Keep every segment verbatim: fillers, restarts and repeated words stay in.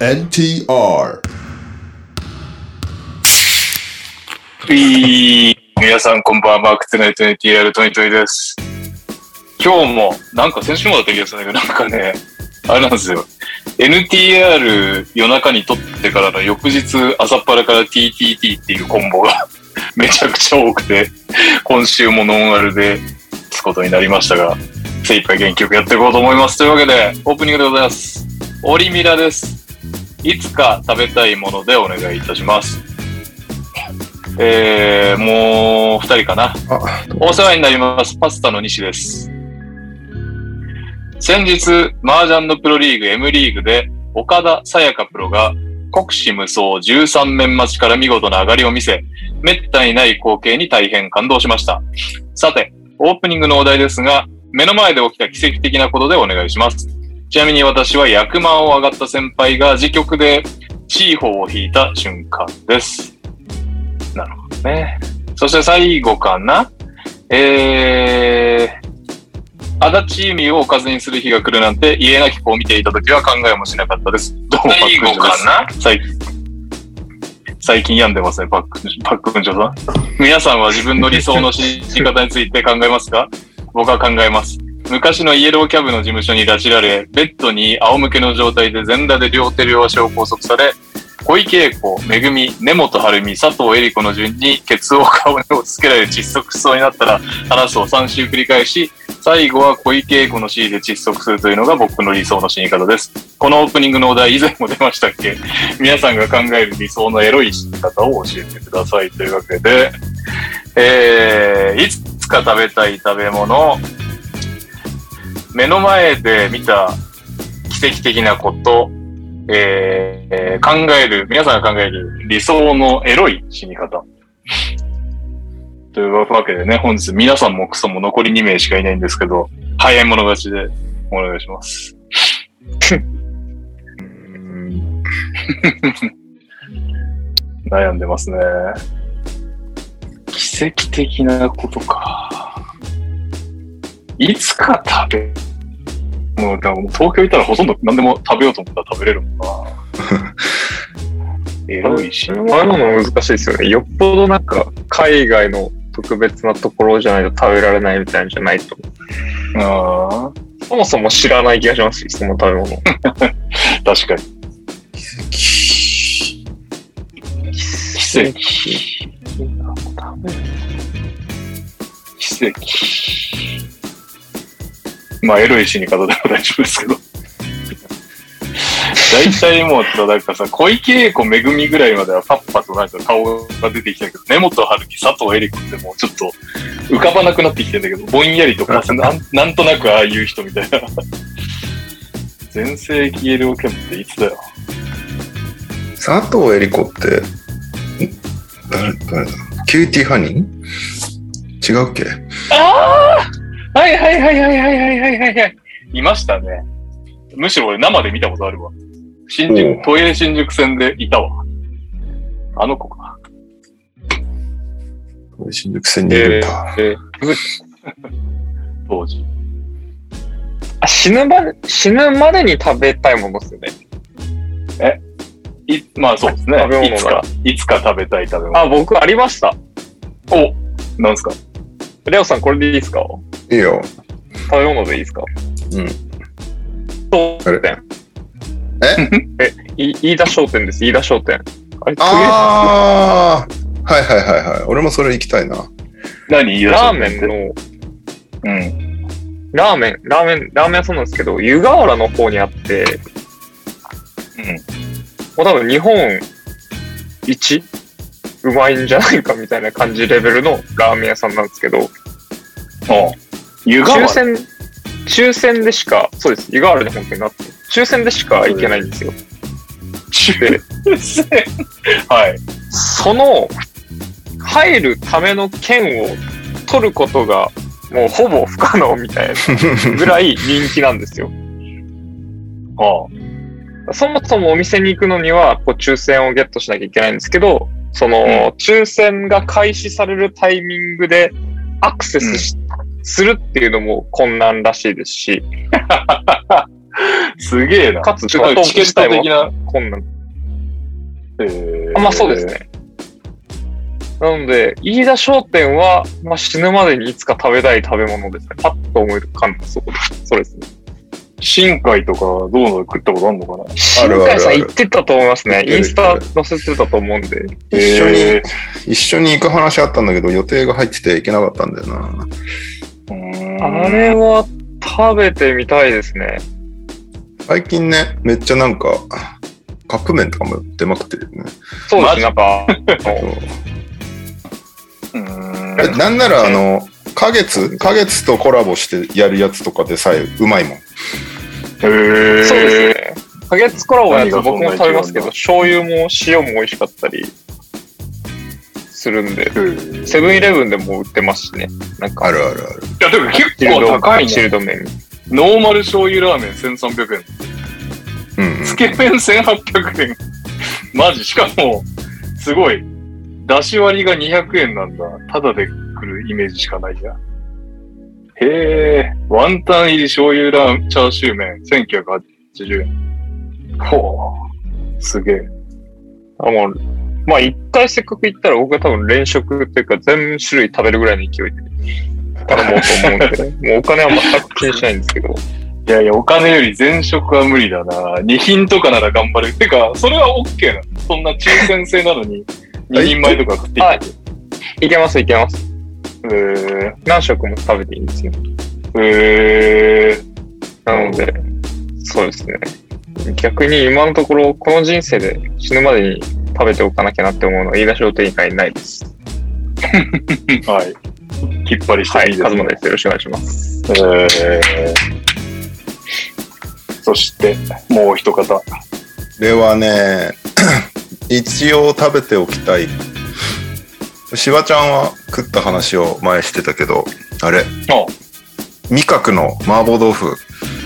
エヌティーアール。 いい皆さんこんばんは、マークツナイト エヌティーアール トニトニです。今日も、なんか先週もだった気がするんだけど、なんかね、あれなんですよ。エヌティーアール 夜中に撮ってからの翌日朝っぱらから ティーティーティー っていうコンボがめちゃくちゃ多くて、今週もノンアルでつくことになりましたが、精一杯元気よくやっていこうと思います。というわけで、オープニングでございます。オリミラです。いつか食べたいものでお願いいたします。えー、もう二人かな。お世話になります。パスタの西です。先日、麻雀のプロリーグ M リーグで岡田紗耶香プロが国士無双じゅうさん面待ちから見事な上がりを見せ、滅多にない光景に大変感動しました。さて、オープニングのお題ですが、目の前で起きた奇跡的なことでお願いします。ちなみに私は役満を上がった先輩が自局でチーホーを引いた瞬間です。なるほどね。そして最後かな。えー、足立由美をおかずにする日が来るなんて家なき子を見ていたときは考えもしなかったです。どうも最後かな。最近、最近病んでますね、パック、パック君長さん。皆さんは自分の理想の死に方について考えますか？僕は考えます。昔のイエローキャブの事務所に拉致られ、ベッドに仰向けの状態で全裸で両手両足を拘束され、小池栄子、めぐみ、根本晴美、佐藤恵理子の順にケツを顔に押し付けられ窒息しそうになったら話すをさん週繰り返し、最後は小池栄子の指示で窒息するというのが僕の理想の死に方です。このオープニングのお題以前も出ましたっけ？皆さんが考える理想のエロい死に方を教えてくださいというわけで、えー、いつか食べたい食べ物、目の前で見た奇跡的なこと、えー、考える、皆さんが考える理想のエロい死に方。というわけでね、本日皆さんもクソも残りに名しかいないんですけど、早い者勝ちでお願いします。悩んでますね。奇跡的なことか。いつか食べ、もう、でも東京行ったらほとんど何でも食べようと思ったら食べれるもんな。エロいし。 ああいうの難しいですよね。よっぽどなんか海外の特別なところじゃないと食べられないみたいなんじゃないと。 ああ。 そもそも知らない気がしますし、その食べ物。 確かに。 奇跡。奇跡。 奇跡。まあ、エロい死に方でも大丈夫ですけど。大体もう、なんかさ、小池栄子めぐみぐらいまではパッパとなんか顔が出てきたけど、根本晴美、佐藤恵理子ってもうちょっと浮かばなくなってきてんだけど、ぼんやりとかなん、なんとなくああいう人みたいな。全盛期エロキャブっていつだよ。 佐藤恵理子って、誰、誰だキューティーハニー違うっけ？ ああはいはいはいはいはいはいはいはい。いましたね。むしろ俺生で見たことあるわ。新宿、都営新宿線でいたわ。あの子か。 都営新宿線にいるか。 えーえー、 当時。 あ、死ぬまで、死ぬまでに食べたいものですよね。 えい、まあそうですね。 食べ物いつか、いつか食べたい食べ物。 あ、僕ありました。 お、なんすか？ レオさんこれでいいですか？ いいよ。 食べ物でいいですか？ うん。 商店。 ええ、い飯田商店です。飯田商店。あれ、 ああ、はいはいはいはい。俺もそれ行きたいな。 何飯田商店って？ラーメンの、 うん。 ラーメン、ラーメン、ラーメン屋そうなんですけど、湯河原の方にあって、 うん。 もう多分日本一うまいんじゃないかみたいな感じレベルのラーメン屋さんなんですけど、 ああ、湯河原。 抽選、抽選でしか、そうです、湯河原で本店があって、抽選でしか行けないんですよ。 抽選はい。 その、入るための券を取ることが、もうほぼ不可能みたいなぐらい人気なんですよ。 ああ、そもそもお店に行くのには、こう抽選をゲットしなきゃいけないんですけど、その、うん、抽選が開始されるタイミングでアクセスし、うん、するっていうのも困難らしいですし、 すげえな。 かつ、 チケット的な。 困難。 えー、 あまあそうですね。なので、飯田商店は、まあ、死ぬまでにいつか食べたい食べ物ですね。パッと思い浮かんだそこです。そうですね。 新海とかどうの食ったことあるのかな。 新海さん行ってたと思いますね。インスタ載せてたと思うんで。 一緒に、えー、一緒に行く話あったんだけど、予定が入ってて行けなかったんだよな。 あれは食べてみたいですね。 最近ね、めっちゃなんか、カップ麺とかも出まくってるよね。 そうですね、なんか。 うんなんなら、あの、花月、花月とコラボしてやるやつとかでさえうまいもん。へー。そうですね。花月コラボのやつ僕も食べますけど、醤油も塩も美味しかったりするんで、セブンイレブンでも売ってますしね。なんかあるあるある。 いや、でも結構高いね。 チルド麺。 ノーマル醤油ラーメンせんさんびゃくえん。うんうん、つけ麺せんはっぴゃくえん。マジしかも、すごい。出し割りがにひゃくえんなんだ。ただで来るイメージしかないや。へえ、ワンタン入り醤油ラーチャーシュー麺せんきゅうひゃくはちじゅうえん。ほう。すげえ。 あ、もう、まあ一回せっかく行ったら僕は多分連食っていうか全種類食べるぐらいの勢いで頼もうと思うんで、もうお金は全く気にしないんですけど。 いやいや、お金より全食は無理だな。に品とかなら頑張る。てか、それは OK な。そんな抽選制なのにに人前とか食っていい、はい、 いけますいけます。 えー、 何食も食べていいんですよ。 えー、なので、そうですね。逆に今のところ、この人生で死ぬまでに食べておかなきゃなって思うのは、飯田商店以外ないです。 はい。きっぱりしていいですね。 はい、カズマです。よろしくお願いします。 えー、そして、もう一方。 これはね、一応食べておきたい。しばちゃんは食った話を前してたけど、あれ、味覚の麻婆豆腐。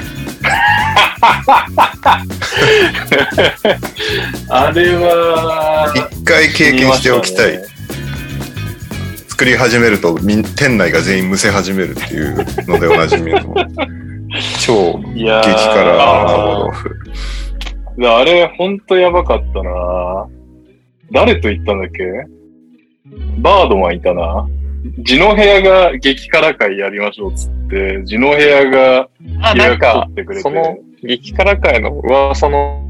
あれは一回経験しておきたい、ね、作り始めると店内が全員むせ始めるっていうのでおなじみの超激辛麻婆豆腐。 あれほんとやばかったな。誰と言ったんだっけ。バードマンいたな。地の部屋が激辛会やりましょうっつって地の部屋が予約取ってくれて、 その激辛会の噂の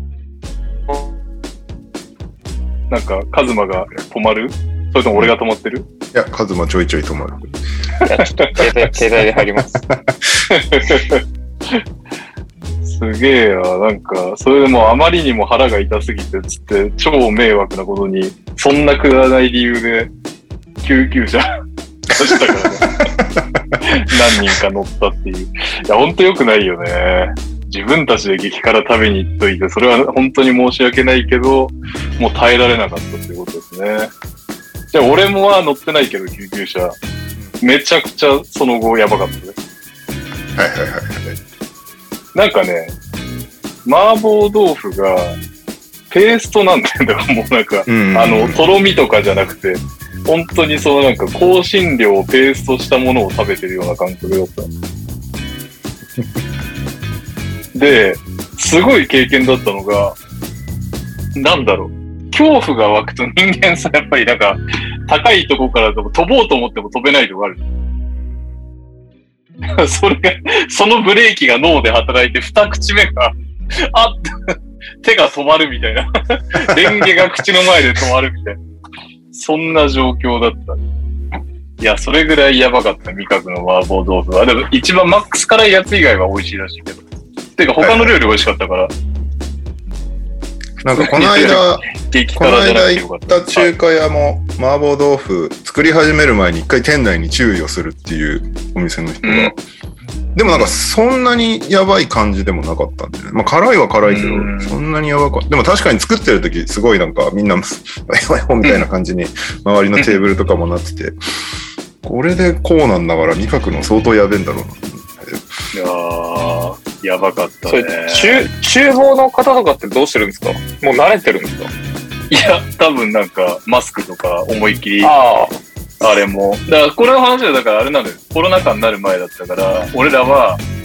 なんかカズマが止まる？それとも俺が止まってる？いや、カズマちょいちょい止まる。 いや、ちょっと携帯、携帯で入ります。 すげえな、なんか、それでもうあまりにも腹が痛すぎてつって、超迷惑なことに、そんなくだらない理由で、救急車出したからね。何人か乗ったっていう。いや、ほんと良くないよね。自分たちで激辛食べに行っといて、それは本当に申し訳ないけど、もう耐えられなかったっていうことですね。じゃあ俺もは乗ってないけど、救急車。めちゃくちゃその後やばかったです。 はいはいはいはい。 なんかね、麻婆豆腐がペーストなんていうんだろう、もうなんか、うんうんうん、あの、とろみとかじゃなくて、本当にそのなんか香辛料をペーストしたものを食べてるような感覚だった。で、すごい経験だったのが、なんだろう、恐怖が湧くと人間さ、やっぱりなんか、高いとこから飛ぼうと思っても飛べないとこある。それが、そのブレーキが脳で働いて、二口目が、あっ、手が止まるみたいな。レンゲが口の前で止まるみたいな。そんな状況だった。いや、それぐらいやばかった、味覚の麻婆豆腐は。でも一番マックス辛いやつ以外は美味しいらしいけど。てか他の料理美味しかったから。はいはい、 なんかこの間、この間行った中華屋も麻婆豆腐作り始める前に一回店内に注意をするっていうお店の人が。うん、でもなんかそんなにやばい感じでもなかったんでね。まあ辛いは辛いけど、そんなにやばかった。でも確かに作ってる時すごいなんかみんな、ワイワイホみたいな感じに周りのテーブルとかもなってて、これでこうなんだから味覚の相当やべえんだろうな。 いやー、やばかったね。それ、 厨、厨房の方とかってどうしてるんですか？もう慣れてるんですか？ いや、多分なんか、マスクとか思いっきり、ああれも。だから、これの話はだからあれなのよ。コロナ禍になる前だったから、俺らは、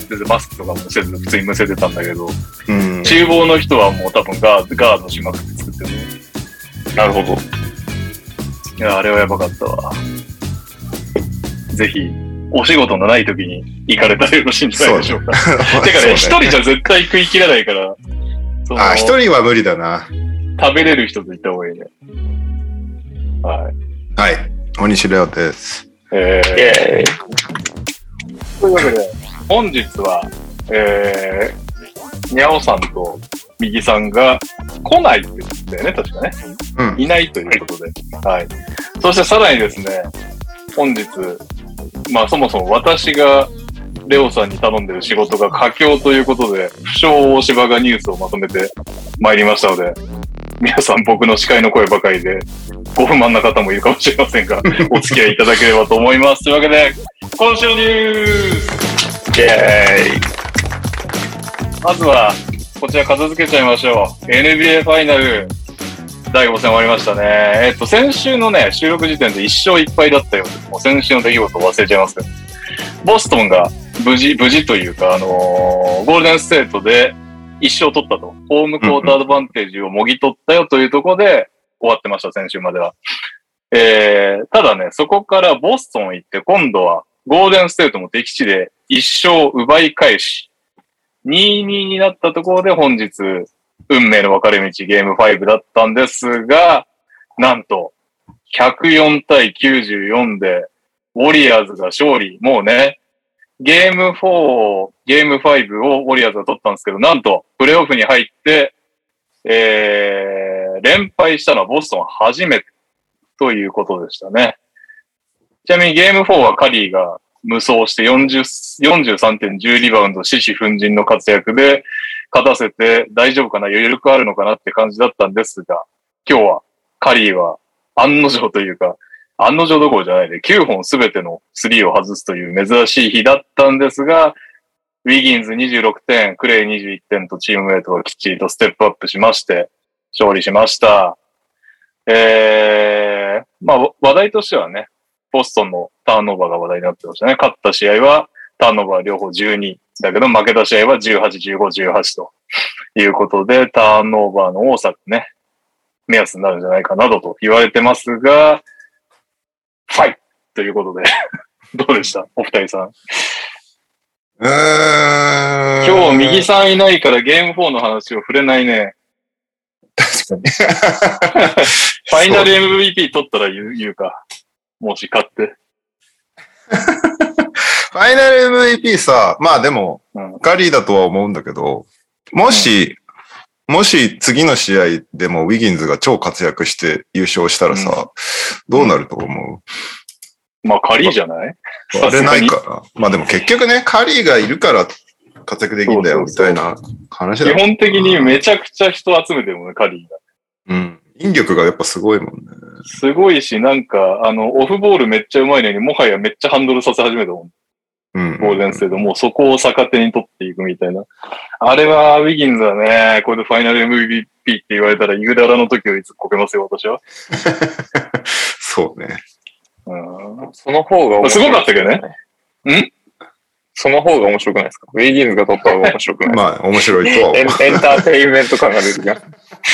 全然マスクとかもせず、普通にむせてたんだけど、 うん、 厨房の人はもう多分ガード、ガードしまくって作ってる。 なるほど。 いや、あれはやばかったわ。ぜひ、お仕事のない時に行かれたらよろしいんじゃないでしょうか。てかね、一、ね、人じゃ絶対食い切らないから。 あ、一人は無理だな。 食べれる人と行った方がいいね。はい。 はい。大西レオです。 えー、イェーイ。というわけで、本日は、えー、にゃおさんと右さんが来ないって言ってたよね、確かね。うん。いないということで。はい。そしてさらにですね、本日、まあそもそも私がレオさんに頼んでる仕事が佳境ということで、不詳大柴がニュースをまとめてまいりましたので、皆さん僕の司会の声ばかりでご不満な方もいるかもしれませんが、お付き合いいただければと思います。というわけで、今週のニュースイェーイ。まずは、こちら片付けちゃいましょう。エヌビーエー ファイナル、だいご戦終わりましたね。えっと、先週のね、収録時点でいっ勝いっ敗だったようです。もう先週の出来事を忘れちゃいますけど。ボストンが無事、無事というか、あのー、ゴールデンステートでいっ勝取ったと。ホームコートアドバンテージをもぎ取ったよというところで終わってました、先週までは。えー、ただね、そこからボストン行って、今度はゴールデンステートも敵地でいっ勝奪い返し、にたいにになったところで本日、運命の分かれ道ゲームごだったんですが、なんと、ひゃくよんたいきゅうじゅうよんで、ウォリアーズが勝利。もうね、ゲームよん、ゲームごをウォリアーズが取ったんですけど、なんと、プレイオフに入って、えー、連敗したのはボストン初めてということでしたね。ちなみにゲームよんはカリーが無双してよんじゅう、よんじゅうさんてんじゅうリバウンド、獅子奮迅の活躍で勝たせて大丈夫かな、余力あるのかなって感じだったんですが、今日はカリーは案の定というか、案の定どころじゃないできゅうほんすべてのスリーを外すという珍しい日だったんですが、ウィギンズにじゅうろくてん、クレイにじゅういってんとチームメイトがきっちりとステップアップしまして、勝利しました。えー、まあ話題としてはね、ボストンのターンオーバーが話題になってましたね。勝った試合はターンオーバー両方じゅうにだけど、負けた試合はじゅうはち、じゅうご、じゅうはちということで、ターンオーバーの多さがね、目安になるんじゃないかなどと言われてますが、ファイということで、どうでしたお二人さん。 うーん今日右さんいないからゲームよんの話を触れないね。 確かに。 ファイナル エムブイピー 取ったら言う、言うか。もし勝って。 ファイナル エムブイピー さ、まあでも、うん、カリーだとは思うんだけど、もし、うん、もし次の試合でもウィギンズが超活躍して優勝したらさ、うん、どうなると思う？ まあカリーじゃない？ あれないから。まあでも結局ね、カリーがいるから活躍できるんだよみたいな話だ。 基本的にめちゃくちゃ人集めてるもんね、カリーが。 うん。引力がやっぱすごいもんね。 すごいし、なんか、あの、オフボールめっちゃ上手いのに、もはやめっちゃハンドルさせ始めたもん。うん。ゴールデンステート、もうそこを逆手に取っていくみたいな。あれは、ウィギンズはね、これでファイナル エムブイピー って言われたら、ユーダラの時よりこけますよ、私は。 そうね。 うん。その方が面白い、ね。すごかったけどね。んその方が面白くないですか？ウィギンズが取った方が面白くないですか？ まあ、面白いとは思う。 エン、エンターテインメント感が出てきます。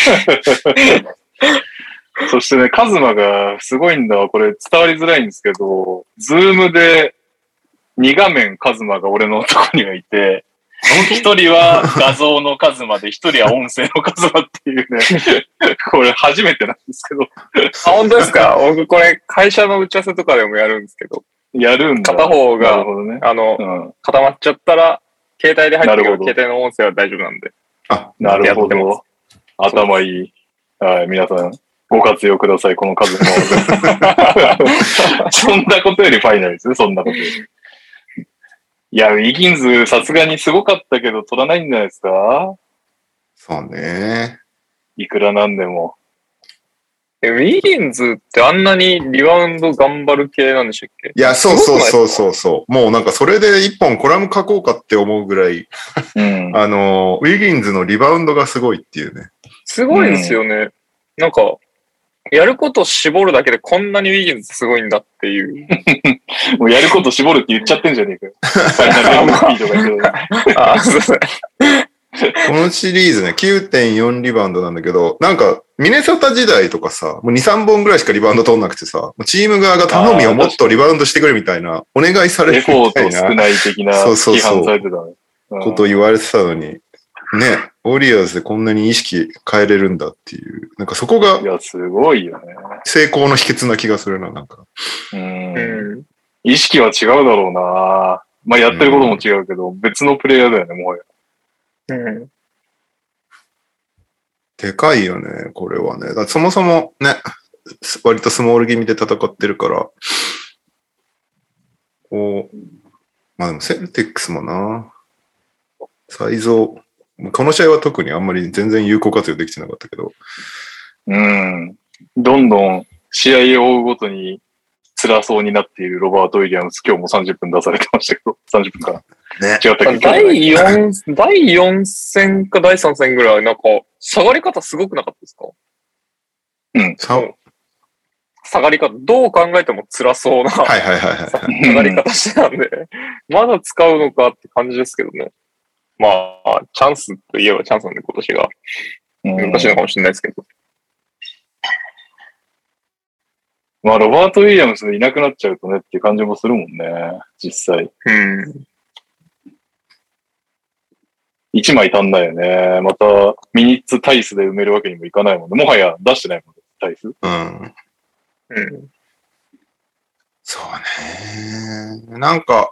そしてね、カズマがすごいんだわ。これ伝わりづらいんですけど、ズームでに画面カズマが俺のとこにはいて、一人は画像のカズマで、一人は音声のカズマっていうね、これ初めてなんですけど。 あ、本当ですか？僕これ会社の打ち合わせとかでもやるんですけど。 やるんだ。 片方が、ね、あの、うん、固まっちゃったら、携帯で入ってるけど、携帯の音声は大丈夫なんで。 あ、なるほど。頭いい。はい、皆さん、ご活用ください、この数の。そんなことよりファイナルですね、そんなことより。いや、ウィギンズ、さすがにすごかったけど、取らないんじゃないですか？ そうね。 いくらなんでも。 え、ウィギンズってあんなにリバウンド頑張る系なんでしたっけ？ いや、そうそうそうそうそう。もうなんかそれで一本コラム書こうかって思うぐらい、うん、あの、ウィギンズのリバウンドがすごいっていうね。 すごいですよね。うん、なんか、 やることを絞るだけでこんなにウィギンズすごいんだっていう。 もうやること絞るって言っちゃってんじゃねえかよ。ファイナル エムブイピー とか言ってる。 あ、そうですね。 このシリーズね、きゅうてんよん リバウンドなんだけど、なんか、ミネソタ時代とかさ、もうに、さんぼんぐらいしかリバウンド取んなくてさ、チーム側が頼みをもっとリバウンドしてくれみたいな、お願いされるみたいな。 エフォート少ない的な批判されてたね。 こと言われてたのに、ね、ウォリアーズでこんなに意識変えれるんだっていう、なんかそこが、 いや、すごいよね。 成功の秘訣な気がするな、なんか。 うん。意識は違うだろうな。まあやってることも違うけど、うん、別のプレイヤーだよね、もはや。うん。 でかいよね、これはね。だそもそもね、割とスモール気味で戦ってるから、こう、まあでもセルティックスもな、サイズを、この試合は特にあんまり全然有効活用できてなかったけど。 うん。どんどん試合を追うごとに辛そうになっているロバート・ウィリアムス、今日もさんじゅっぷん出されてましたけど、さんじゅっぷんか。 ね。 違ったっけ？ だいよん、だいよん戦かだいさん戦ぐらい、なんか、下がり方すごくなかったですか？ うん。 そう下がり方、どう考えても辛そうな、 はいはいはいはい、 下がり方してたんで、まだ使うのかって感じですけどね。まあ、チャンスといえばチャンスなんで今年が難しいのかもしれないですけど。 まあ、ロバート・ウィリアムスでいなくなっちゃうとねっていう感じもするもんね、実際。 うん。 一枚足んないよね。また、ミニッツ・タイスで埋めるわけにもいかないもんね。もはや出してないもんね、タイス。 うん。 うん。 そうね。なんか、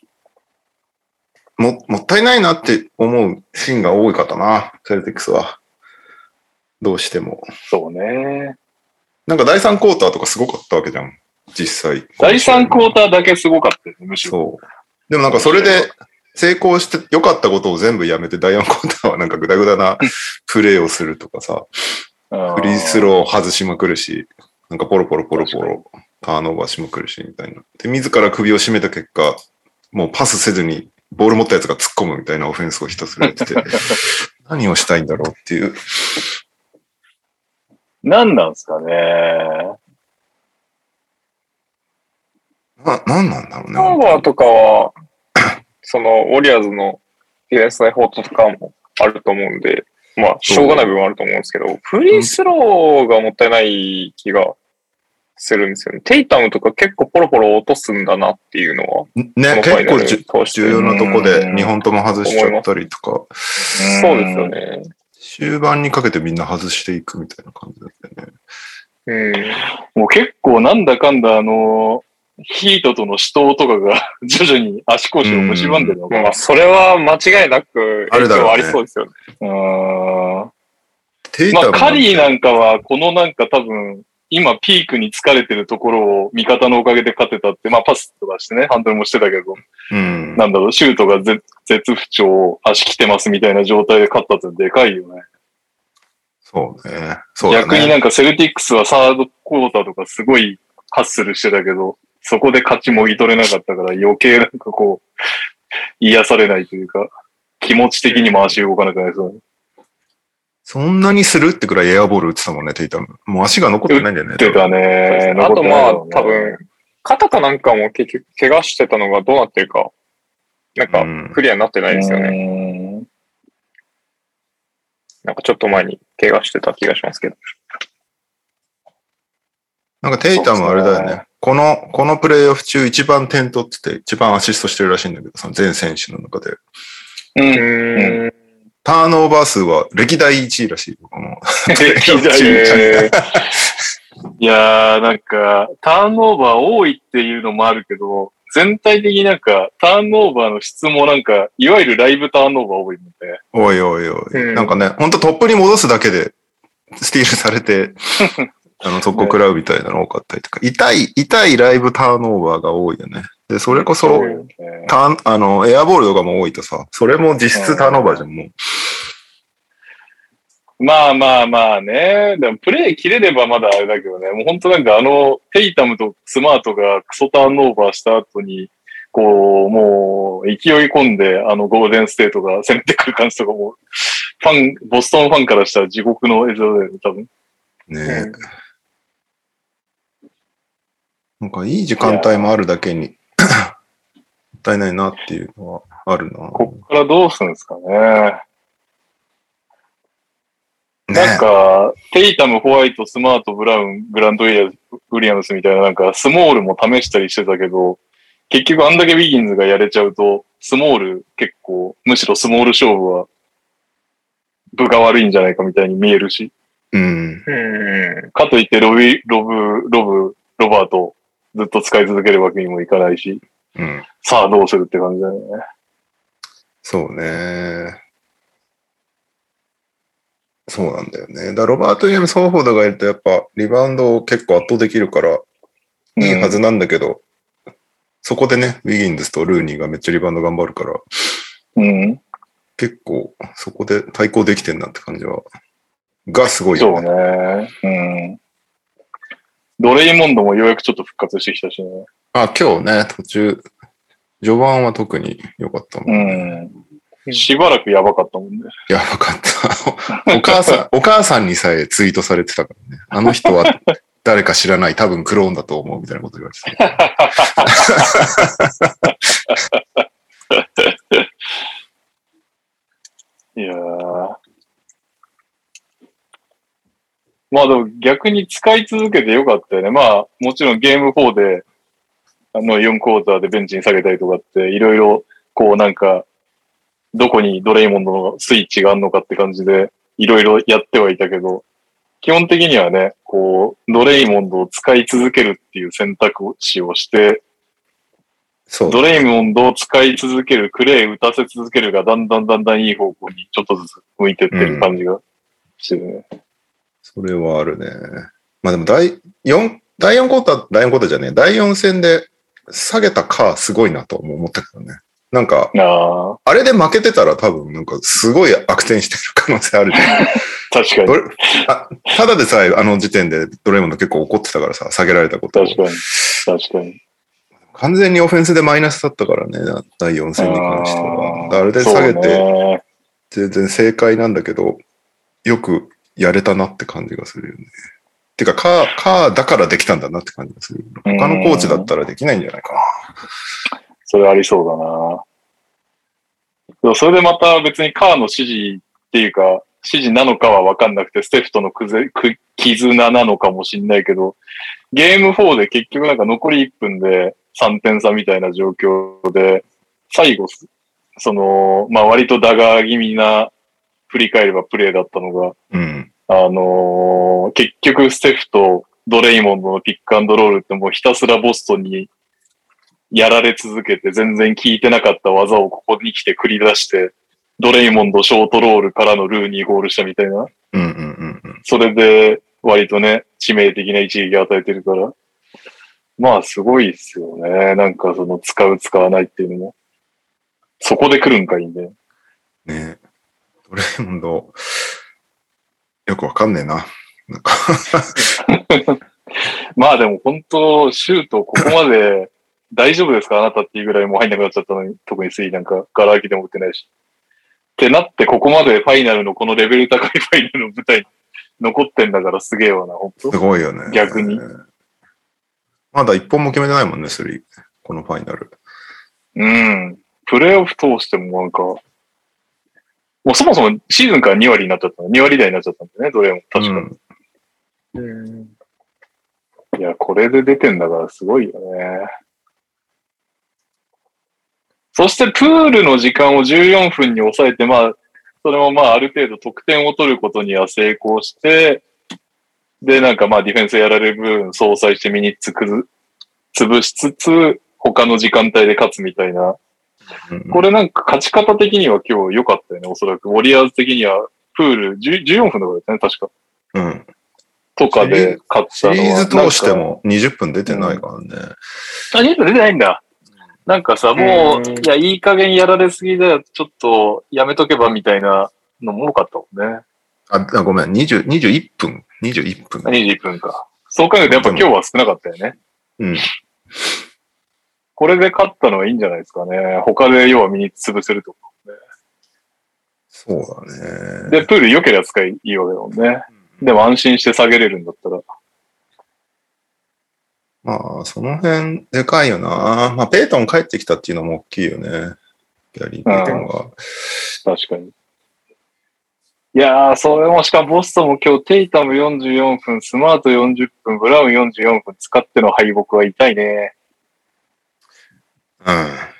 も、もったいないなって思うシーンが多いかったな、セルティックスは。どうしても。 そうね。 なんか第三クォーターとかすごかったわけじゃん、実際。 第三クォーターだけすごかったよね、むしろ。 そう。でもなんかそれで成功して良かったことを全部やめて、第四クォーターはなんかグダグダなプレーをするとかさ、フリースロー外しまくるし、なんかポロポロポロポロターンオーバーしまくるし、みたいな。で、自ら首を絞めた結果、もうパスせずにボール持ったやつが突っ込むみたいなオフェンスをひたすらやってて、何をしたいんだろうっていう。 何なんすかね。 な、何なんだろうね。 ハーバーとかは、その、ウォリアーズのディフェンスのフォートとかもあると思うんで、まあ、しょうがない部分はあると思うんですけど、フリースローがもったいない気がするんですよね。テイタムとか結構ポロポロ落とすんだなっていうのは。 ね、結構重要なとこでにほんとも外しちゃったりとか。 そうですよね。 終盤にかけてみんな外していくみたいな感じだったよね。 うん。 もう結構なんだかんだあの、ヒートとの死闘とかが徐々に足腰を蝕んでるのかな。 まあ、それは間違いなく影響ありそうですよね。 うん。まあ、カリーなんかは、このなんか多分、今ピークに疲れてるところを味方のおかげで勝てたって、まあパスとかしてね、ハンドルもしてたけど、 うん、 なんだろう、シュートが絶不調、足来てますみたいな状態で勝ったってでかいよね。 そうね。そうだね。 逆になんかセルティックスはサードクォーターとかすごいハッスルしてたけど、そこで勝ちもぎ取れなかったから余計なんかこう、癒されないというか、気持ち的にも足動かなくなりそう。 そんなにするってくらいエアボール打ってたもんね、テイタム。もう足が残ってないんだよね。 打ってたね。 あとまあ、多分、肩かなんかも結局怪我してたのがどうなってるか、なんかクリアになってないですよね。 うんなんかちょっと前に怪我してた気がしますけど。 なんかテイタムはあれだよね。ねこの、このプレイオフ中一番点取ってて一番アシストしてるらしいんだけど、その全選手の中で。 うん。うんターンオーバー数は歴代いちいらしい。この歴代いやー、なんか、ターンオーバー多いっていうのもあるけど、全体的になんか、ターンオーバーの質もなんか、いわゆるライブターンオーバー多いので。 おいおいおい。うん、なんかね、ほんとトップに戻すだけで、スティールされて、あの、速攻食らうみたいなの多かったりとか、痛い、痛いライブターンオーバーが多いよね。で、それこそ、ターン、あの、エアボールとかも多いとさ、それも実質ターンオーバーじゃん、もう。 まあまあまあね。でもプレイ切れればまだあれだけどね。もう本当なんかあの、テイタムとスマートがクソターンオーバーした後に、こう、もう勢い込んであのゴールデンステートが攻めてくる感じとかも、ファン、ボストンファンからしたら地獄の映像だよね、多分。 ねえ。 なんかいい時間帯もあるだけに、もったいないなっていうのはあるな。 こっからどうするんですかね。ね、なんか、テイタム、ホワイト、スマート、ブラウン、グラントウィリアムスみたいな、なんか、スモールも試したりしてたけど、結局あんだけウィギンズがやれちゃうと、スモール結構、むしろスモール勝負は、分が悪いんじゃないかみたいに見えるし。 うん。 かといってロビ、ロブ、ロブ、ロバート、ずっと使い続けるわけにもいかないし。 うん。 さあどうするって感じだよね。 そうね。そうなんだよね。だロバート・ウィリアム・ソーフォードがいるとやっぱリバウンドを結構圧倒できるからいいはずなんだけど、うん、そこでね、ウィギンズとルーニーがめっちゃリバウンド頑張るから、 うん、 結構そこで対抗できてんなって感じは、がすごいよね。 そうね。うん。ドレイモンドもようやくちょっと復活してきたしね。 あ、今日ね、途中、序盤は特に良かったもんね。うん。しばらくやばかったもんね。 やばかった。お母さん、お母さんにさえツイートされてたからね。あの人は誰か知らない、多分クローンだと思うみたいなこと言われてた。 いやー。まあでも逆に使い続けてよかったよね。まあもちろんゲームフォーであのよんクォーターでベンチに下げたりとかっていろいろこうなんかどこにドレイモンドのスイッチがあるのかって感じでいろいろやってはいたけど、基本的にはね、こうドレイモンドを使い続けるっていう選択肢をして、そうドレイモンドを使い続ける、クレイ打たせ続けるがだんだんだんだんいい方向にちょっとずつ向いてってる感じがしてるね。うんそれはあるね。まあでも第4、第4クォーター、第4クォーターじゃねえ、だいよん戦で下げたかすごいなと思ったけどね。なんか、あ, あれで負けてたら多分なんかすごい悪戦してる可能性あるじゃん。 確かにあ。ただでさえあの時点でドレイモンド結構怒ってたからさ、下げられたことを。 確かに。確かに。 完全にオフェンスでマイナスだったからね、だいよん戦に関しては。あ, あれで下げて、全然正解なんだけど、よく、やれたなって感じがするよね。てか、カー、カーだからできたんだなって感じがする。他のコーチだったらできないんじゃないかな。 それありそうだな。でもそれでまた別にカーの指示っていうか、指示なのかは分かんなくて、ステフとのくぜく絆なのかもしんないけど、ゲームフォーで結局なんか残りいっぷんでさんてん差みたいな状況で、最後、その、まあ割とダガー気味な、振り返ればプレーだったのが、 うん、 あのー、結局ステフとドレイモンドのピックアンドロールってもうひたすらボストンにやられ続けて全然効いてなかった技をここに来て繰り出して、ドレイモンドショートロールからのルーニーゴールしたみたいな。 うんうんうんうん、 それで割とね、致命的な一撃を与えてるから。まあすごいっすよね。なんかその使う使わないっていうのも。そこで来るんかいんで。 ねドレイモンド、よくわかんねえな。なんかまあでも本当、シュートここまで大丈夫ですかあなたっていうぐらいもう入んなくなっちゃったのに、特にスリーなんかガラ空きでも打ってないし。ってなってここまでファイナルのこのレベル高いファイナルの舞台に残ってんだからすげえわな、本当。 すごいよね。 逆に。 まだ一本も決めてないもんね、スリー。このファイナル。 うん。プレイオフ通してもなんか、もうそもそもシーズンからに割になっちゃったの。に割台になっちゃったんだよね、どれも。確かに。うん、いや、これで出てんだからすごいよね。そしてプールの時間をじゅうよんぷんに抑えて、まあ、それもまあある程度得点を取ることには成功して、で、なんかまあディフェンスやられる分相殺してミニッツくず、潰しつつ、他の時間帯で勝つみたいな。これなんか勝ち方的には今日良かったよね、おそらく。ウォリアーズ的にはプールじゅうよんぷんだからですね、確か。 うん。 とかで勝ったのは。 シリーズ通してもにじゅっぷん出てないからね。うん、 あ、にじゅっぷん出てないんだ。なんかさ、もう、いや、いい加減やられすぎだよ、ちょっとやめとけばみたいなのも多かったもんね。 あ、ごめん、にじゅう、にじゅういっぷん。にじゅういっぷん。 にじゅういっぷんか。そう考えるとやっぱ今日は少なかったよね。 うん。 これで勝ったのはいいんじゃないですかね。他で要は身に潰せるとか、ね。 そうだね。 で、プール良ければ使いいいわけだもんね。うん、でも安心して下げれるんだったら。 まあ、その辺、でかいよな。まあ、ペイトン帰ってきたっていうのも大きいよね。ギャリー・ペイトンが。 確かに。いやー、それもしかもボストンも今日テイタムよんじゅうよんぷん、スマートよんじゅっぷん、ブラウンよんじゅうよんぷん使っての敗北は痛いね。 うん。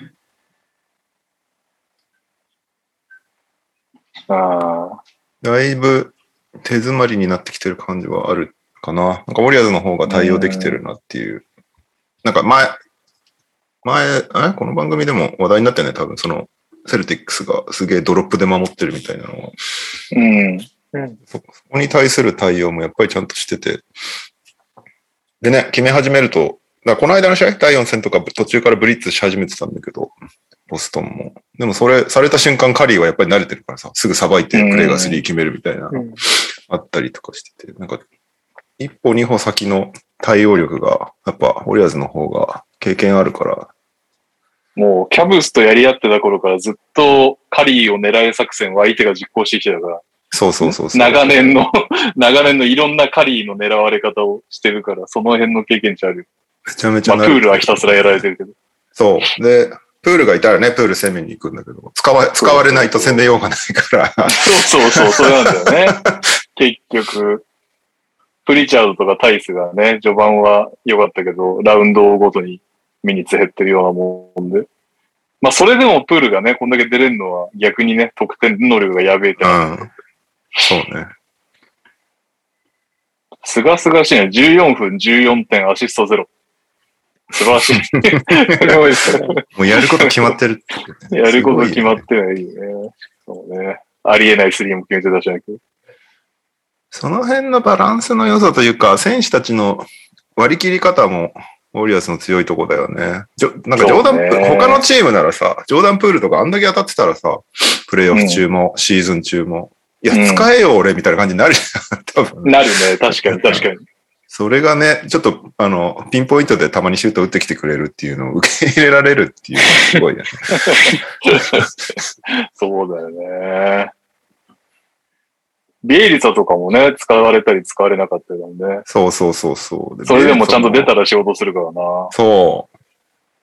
ああ。 だいぶ手詰まりになってきてる感じはあるかな。なんかウォリアーズの方が対応できてるなっていう。うなんか前、前、えこの番組でも話題になったよね、多分その、セルティックスがすげえドロップで守ってるみたいなのは。 うん。 そ, そこに対する対応もやっぱりちゃんとしてて。でね、決め始めると、だこの間の試合、だいよん戦とか途中からブリッツし始めてたんだけど、ボストンも。でもそれ、された瞬間カリーはやっぱり慣れてるからさ、すぐさばいてクレイがスリー決めるみたいな、うん、あったりとかしてて、なんか、一歩二歩先の対応力が、やっぱ、ウォリアーズの方が経験あるから。 もう、キャブスとやり合ってた頃からずっとカリーを狙え作戦を相手が実行してきてたから。 そうそうそうそう。 長年の、長年のいろんなカリーの狙われ方をしてるから、その辺の経験値ある。 めちゃめちゃまあ、プールはひたすらやられてるけど。 そう。で、プールがいたらね、プール攻めに行くんだけど、使わ、使われないと攻めようがないから。 そうそうそう、それなんだよね。結局、プリチャードとかタイスがね、序盤は良かったけど、ラウンドごとにミニッツ減ってるようなもんで。まあ、それでもプールがね、こんだけ出れるのは逆にね、得点能力がやべえってなる。 うん。そうね。 すがすがしいね。じゅうよんぷん、じゅうよんてん、アシストゼロ。素晴らしい。すごいですね。 もうやること決まってる、 ね。やること決まってないよね。そうね。ありえないスリーも決めてたじゃないけど。 その辺のバランスの良さというか、選手たちの割り切り方も、ウォリアーズの強いとこだよね。じょなんかジョーダン、他のチームならさ、ジョーダンプールとかあんだけ当たってたらさ、プレイオフ中も、うん、シーズン中も、いや、使えよ、俺、みたいな感じになるじゃん、多分。 なるね。確かに、確かに。 それがね、ちょっと、あの、ピンポイントでたまにシュート打ってきてくれるっていうのを受け入れられるっていうのがすごいね。 そうだよね。ビエリサとかもね、使われたり使われなかったよね。 そうそうそうそう。 それでもちゃんと出たら仕事するからな。 そう。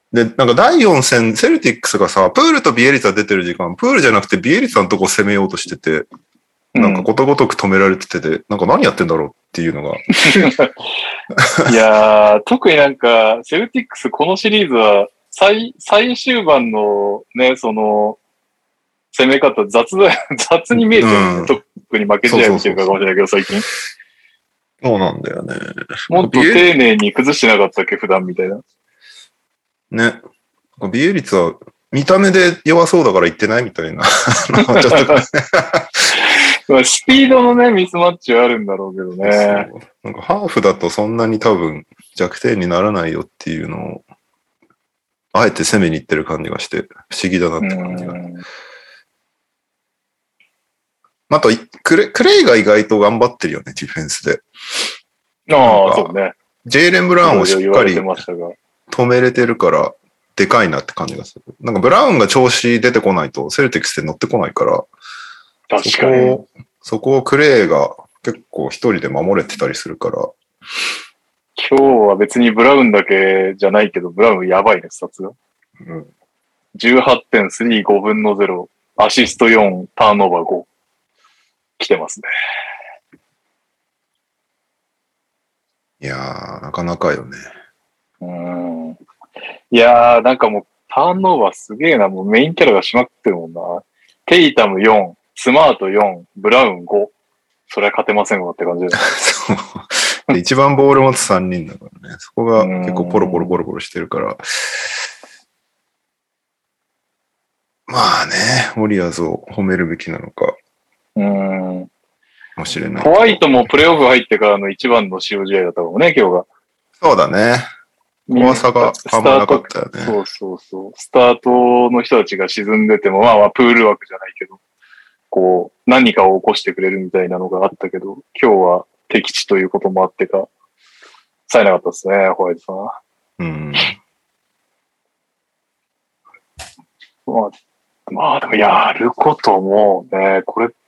で、なんかだいよん戦、セルティックスがさ、プールとビエリサ出てる時間、プールじゃなくてビエリサのとこ攻めようとしてて、なんかことごとく止められてて、うん、なんか何やってんだろうっていうのが。 いやー、特になんか、セルティックスこのシリーズは、最、最終盤のね、その、攻め方、雑だ、雑に見えてる、ね、うん、特に負け試合見てるからかもしれないけど、最近。 そうなんだよね。 もっと丁寧に崩してなかったっけ、普段みたいな。 ね。ビエリツは見た目で弱そうだから言ってないみたいな。ちょっとスピードのね、ミスマッチはあるんだろうけどね。 なんかハーフだとそんなに多分弱点にならないよっていうのを、あえて攻めに行ってる感じがして、不思議だなって感じが。あとクレ、クレイが意外と頑張ってるよね、ディフェンスで。 ああ、そうね。 ジェイレン・ブラウンをしっかり止めれてるから、でかいなって感じがする。なんかブラウンが調子出てこないと、セルティックスで乗ってこないから、 確かに。 そこをクレイが結構一人で守れてたりするから。 今日は別にブラウンだけじゃないけど、ブラウンやばいね、スタッツが。うん、じゅうはってん、スリー、ごぶんのゼロ、アシストよん、ターンオーバーご。来てますね。 いやー、なかなかよね。 うん。いやー、なんかもう、ターンオーバーすげえな。もうメインキャラがしまくってるもんな。テイタムよん、スマートよん、ブラウンご。それは勝てませんわって感じです。 そう。一番ボール持つさんにんだからね。そこが結構ポロポロポロポロしてるから。まあね、ウォリアーズを褒めるべきなのか。 うん。 かもしれない。 ホワイトもプレーオフ入ってからの一番の使用試合だったかもね、今日が。 そうだね。怖さがあんまなかったよね。 そうそうそう。スタートの人たちが沈んでても、まあまあプール枠じゃないけど、こう、何かを起こしてくれるみたいなのがあったけど、今日は敵地ということもあってか、冴えなかったですね、ホワイトさんは。 うん。 まあ、まあでもやることもね、これ、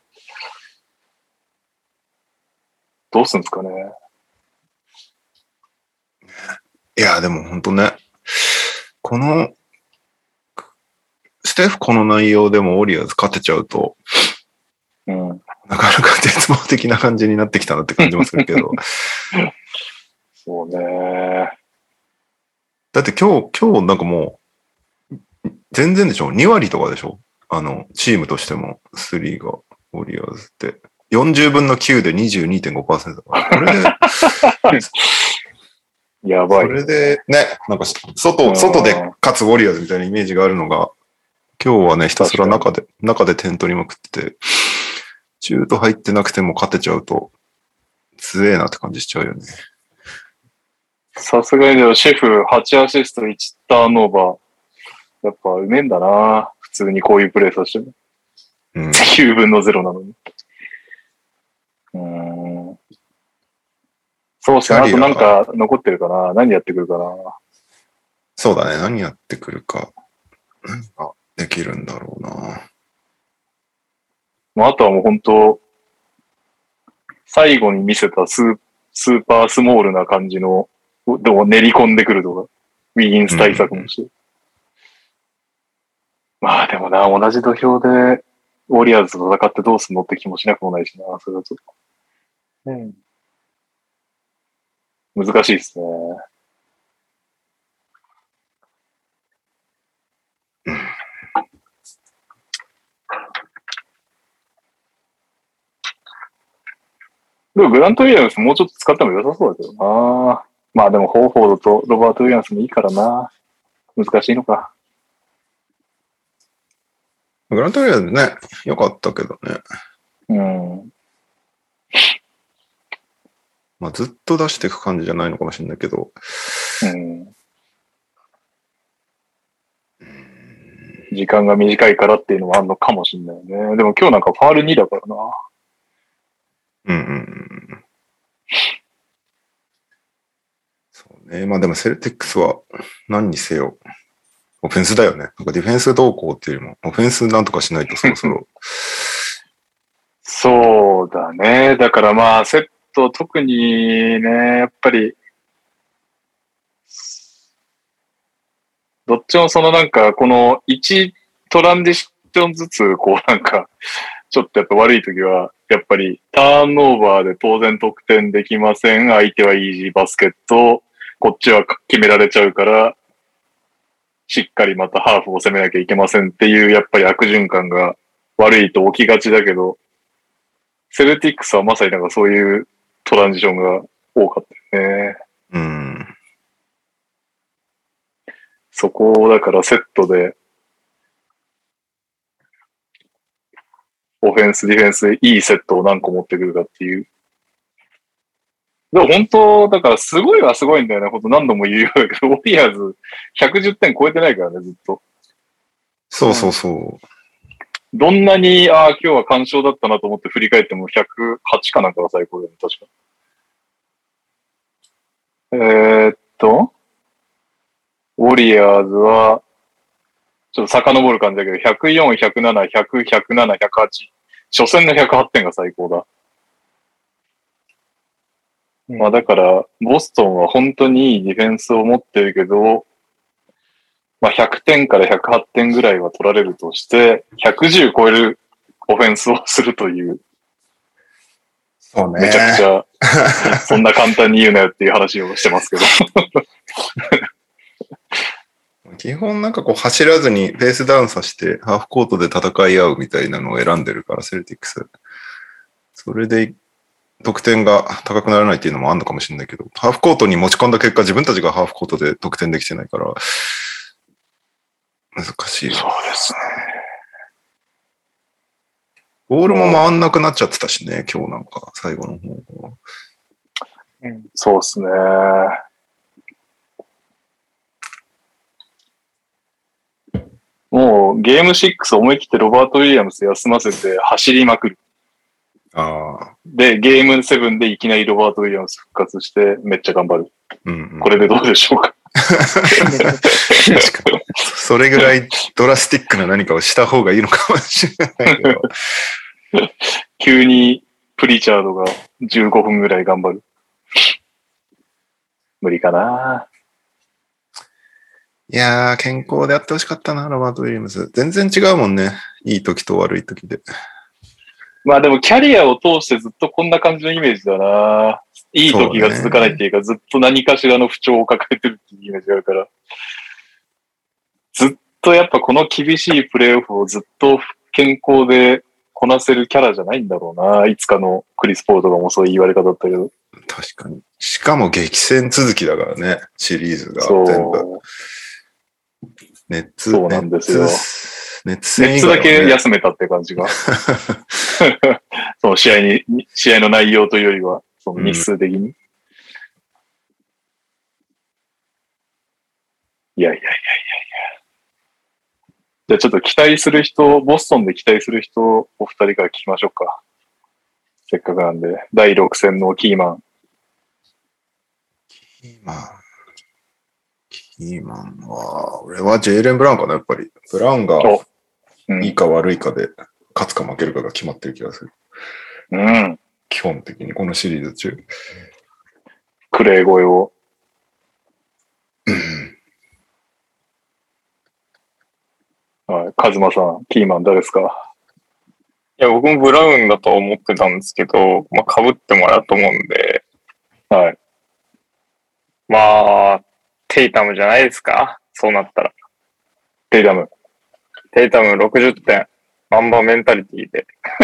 どうするんですかね。 いや、でも本当ね、この、ステフこの内容でもウォリアーズ勝てちゃうと、 うん、 なかなか絶望的な感じになってきたなって感じもするけど。 そうね。 だって今日、今日なんかもう、全然でしょ ?に 割とかでしょあの、チームとしても、スリーが、ウォリアーズって。よんじゅうぶんのきゅうで にじゅうにてんごパーセント だから。これで、 やばい。 それで、ね、なんか、外、外で勝つウォリアーズみたいなイメージがあるのが、今日はね、ひたすら中で、中で点取りまくってて、中途入ってなくても勝てちゃうと、強えなって感じしちゃうよね。 さすがにでもシェフはちアシストいちターンオーバー。やっぱうめえんだな。普通にこういうプレーさせても。うん、きゅうぶんのゼロなのに。うーん。そうっすね。あとなんか残ってるかな。何やってくるかな。 そうだね。何やってくるか。何ができるんだろうな。 まあ、あとはもう本当、最後に見せたスー、スーパースモールな感じの、でも練り込んでくるとか、ウィギンス対策もして。うん、まあでもな、同じ土俵で、ウォリアーズと戦ってどうすんのって気もしなくもないしな、それだと。うん。難しいですね。でもグラント・ウィリアムスもうちょっと使っても良さそうだけどな。まあでもホーフォードとロバート・ウィリアムスもいいからな。難しいのか。 グラント・ウィリアムスね、良かったけどね。 うん。 まあずっと出していく感じじゃないのかもしれないけど。 うん。時間が短いからっていうのもあるのかもしれないね。でも今日なんかファールにだからな。 うんうんうん。そうね。まあでもセルティックスは何にせよ、オフェンスだよね。なんかディフェンスどうこうっていうよりも、オフェンスなんとかしないとそろそろ。 そうだね。だからまあセット特にね、やっぱり、どっちもそのなんかこのいちトランジションずつこうなんか、ちょっとやっぱ悪い時は、やっぱりターンオーバーで当然得点できません。相手はイージーバスケット。こっちは決められちゃうから、しっかりまたハーフを攻めなきゃいけませんっていう、やっぱり悪循環が悪いと起きがちだけど、セルティックスはまさになんかそういうトランジションが多かったよね。 うん。 そこをだからセットで、オフェンス、ディフェンスでいいセットを何個持ってくるかっていう。でも本当、だからすごいはすごいんだよね。本当何度も言うようだけど、ウォリアーズひゃくじゅってん超えてないからね、ずっと。 そうそうそう。うん、 どんなに、ああ、今日は完勝だったなと思って振り返ってもひゃくはちかなんかが最高だよね、確か。えー、っと、ウォリアーズは、ちょっと遡る感じだけど、ひゃくよん、ひゃくなな、ひゃく、ひゃくなな、ひゃくはち。初戦のひゃくはちてんが最高だ。うん、まあだから、ボストンは本当にいいディフェンスを持ってるけど、まあひゃくてんからひゃくはちてんぐらいは取られるとして、ひゃくじゅう超えるオフェンスをするという。 そうね。 めちゃくちゃ、そんな簡単に言うなよっていう話をしてますけど。 基本なんかこう走らずにペースダウンさせてハーフコートで戦い合うみたいなのを選んでるから、セルティックス。それで得点が高くならないっていうのもあるのかもしれないけど、ハーフコートに持ち込んだ結果、自分たちがハーフコートで得点できてないから、難しい。 そうですね。 ボールも回んなくなっちゃってたしね、今日なんか、最後の方。 うん、そうですね。もうゲームろく思い切ってロバート・ウィリアムス休ませて走りまくる。 ああ。 で、ゲームななでいきなりロバート・ウィリアムス復活してめっちゃ頑張る。 うんうん、 これでどうでしょうか。 確かに。それぐらいドラスティックな何かをした方がいいのかもしれないけど。 急にプリチャードがじゅうごふんぐらい頑張る。無理かな。 いやー、健康でやってほしかったな、ロバート・ウィリアムズ。全然違うもんね。いい時と悪い時で。 まあでもキャリアを通してずっとこんな感じのイメージだな。いい時が続かないっていうか、ずっと何かしらの不調を抱えてるっていうイメージがあるから。ずっとやっぱこの厳しいプレイオフをずっと健康でこなせるキャラじゃないんだろうな。いつかのクリス・ポールとかもそういう言われ方だったけど。 確かに。しかも激戦続きだからね、シリーズが全部。熱、 そうなんですよ。 熱戦、 熱だけ休めたって感じが。その試合に、試合の内容というよりは、その日数的に。うん、いやいやいやいやいや。じゃあちょっと期待する人、ボストンで期待する人、お二人から聞きましょうか。せっかくなんで、だいろく戦のキーマン。 キーマン。キーマンは、俺はジェイレン・ブラウンかな、やっぱり。ブラウンがいいか悪いかで、勝つか負けるかが決まってる気がする。 うん。 基本的に、このシリーズ中。 クレー声を。はい。カズマさん、キーマン誰ですか？ いや、僕もブラウンだと思ってたんですけど、まあ、被ってもらうと思うんで。 はい。 まあ、テイタムじゃないですか？そうなったら。 テイタム。 テイタムろくじゅってん。マンバメンタリティで。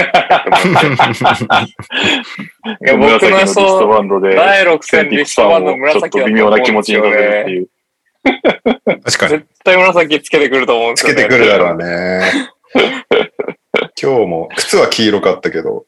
いや、僕のそう、だいろく戦リストバンド紫だと思うんですよね。ちょっと微妙な気持ちになるっていう。 確かに。 絶対紫つけてくると思うんですよね。 つけてくるだろうね。今日も靴は黄色かったけど。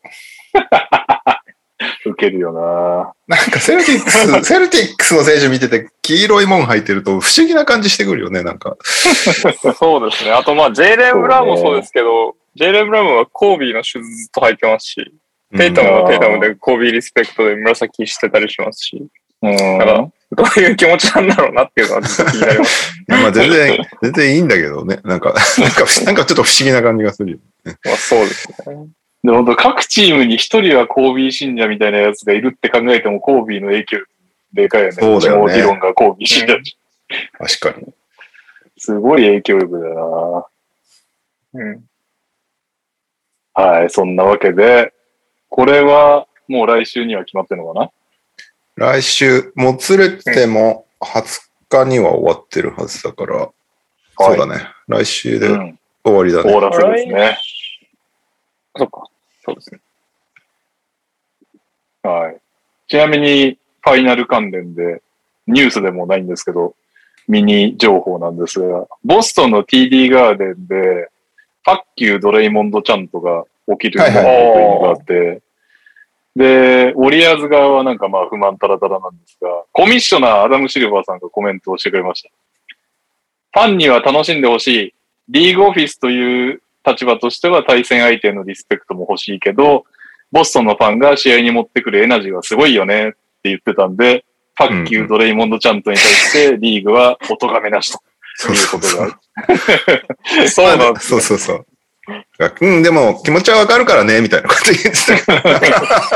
ウケるよな。 なんかセルティックス、セルティックスの選手見てて黄色いもん履いてると不思議な感じしてくるよね、なんか。 そうですね。あとまあ、ジェイレン・ブラウンもそうですけど、ジェイレン・ブラウンはコービーのシューズずっと履いてますし、テイタムはテイタムでコービーリスペクトで紫してたりしますし、 うん、 だからどういう気持ちなんだろうなっていうのはずっと気になります。 まあ全然、全然いいんだけどね。なんか、なんか、なんかちょっと不思議な感じがするよね。 まあそうですね。 でも各チームに一人はコービー信者みたいなやつがいるって考えてもコービーの影響でかいよね。 そうだよね。 理論がコービー信者。 確かに。 すごい影響力だよな。うん。はい、そんなわけで、これはもう来週には決まってるのかな？ 来週、もつれてもはつかには終わってるはずだから、うん、そうだね。来週で終わりだね。 終わらせですね。 そっか。そうですね。 はい。ちなみに、ファイナル関連で、ニュースでもないんですけど、ミニ情報なんですが、ボストンの ティーディー ガーデンで、ファッキュードレイモンドチャントが起きるというのがあって、で、ウォリアーズ側はなんかまあ不満タラタラなんですが、コミッショナーアダム・シルバーさんがコメントをしてくれました。ファンには楽しんでほしい。リーグオフィスという立場としては対戦相手のリスペクトも欲しいけど、ボストンのファンが試合に持ってくるエナジーはすごいよねって言ってたんで、ファッキュードレイモンドチャントに対してリーグはお咎めなしということがある。 そうなんです、ね。そうそうそう。うん、でも気持ちはわかるからね、みたいなこと言ってたけ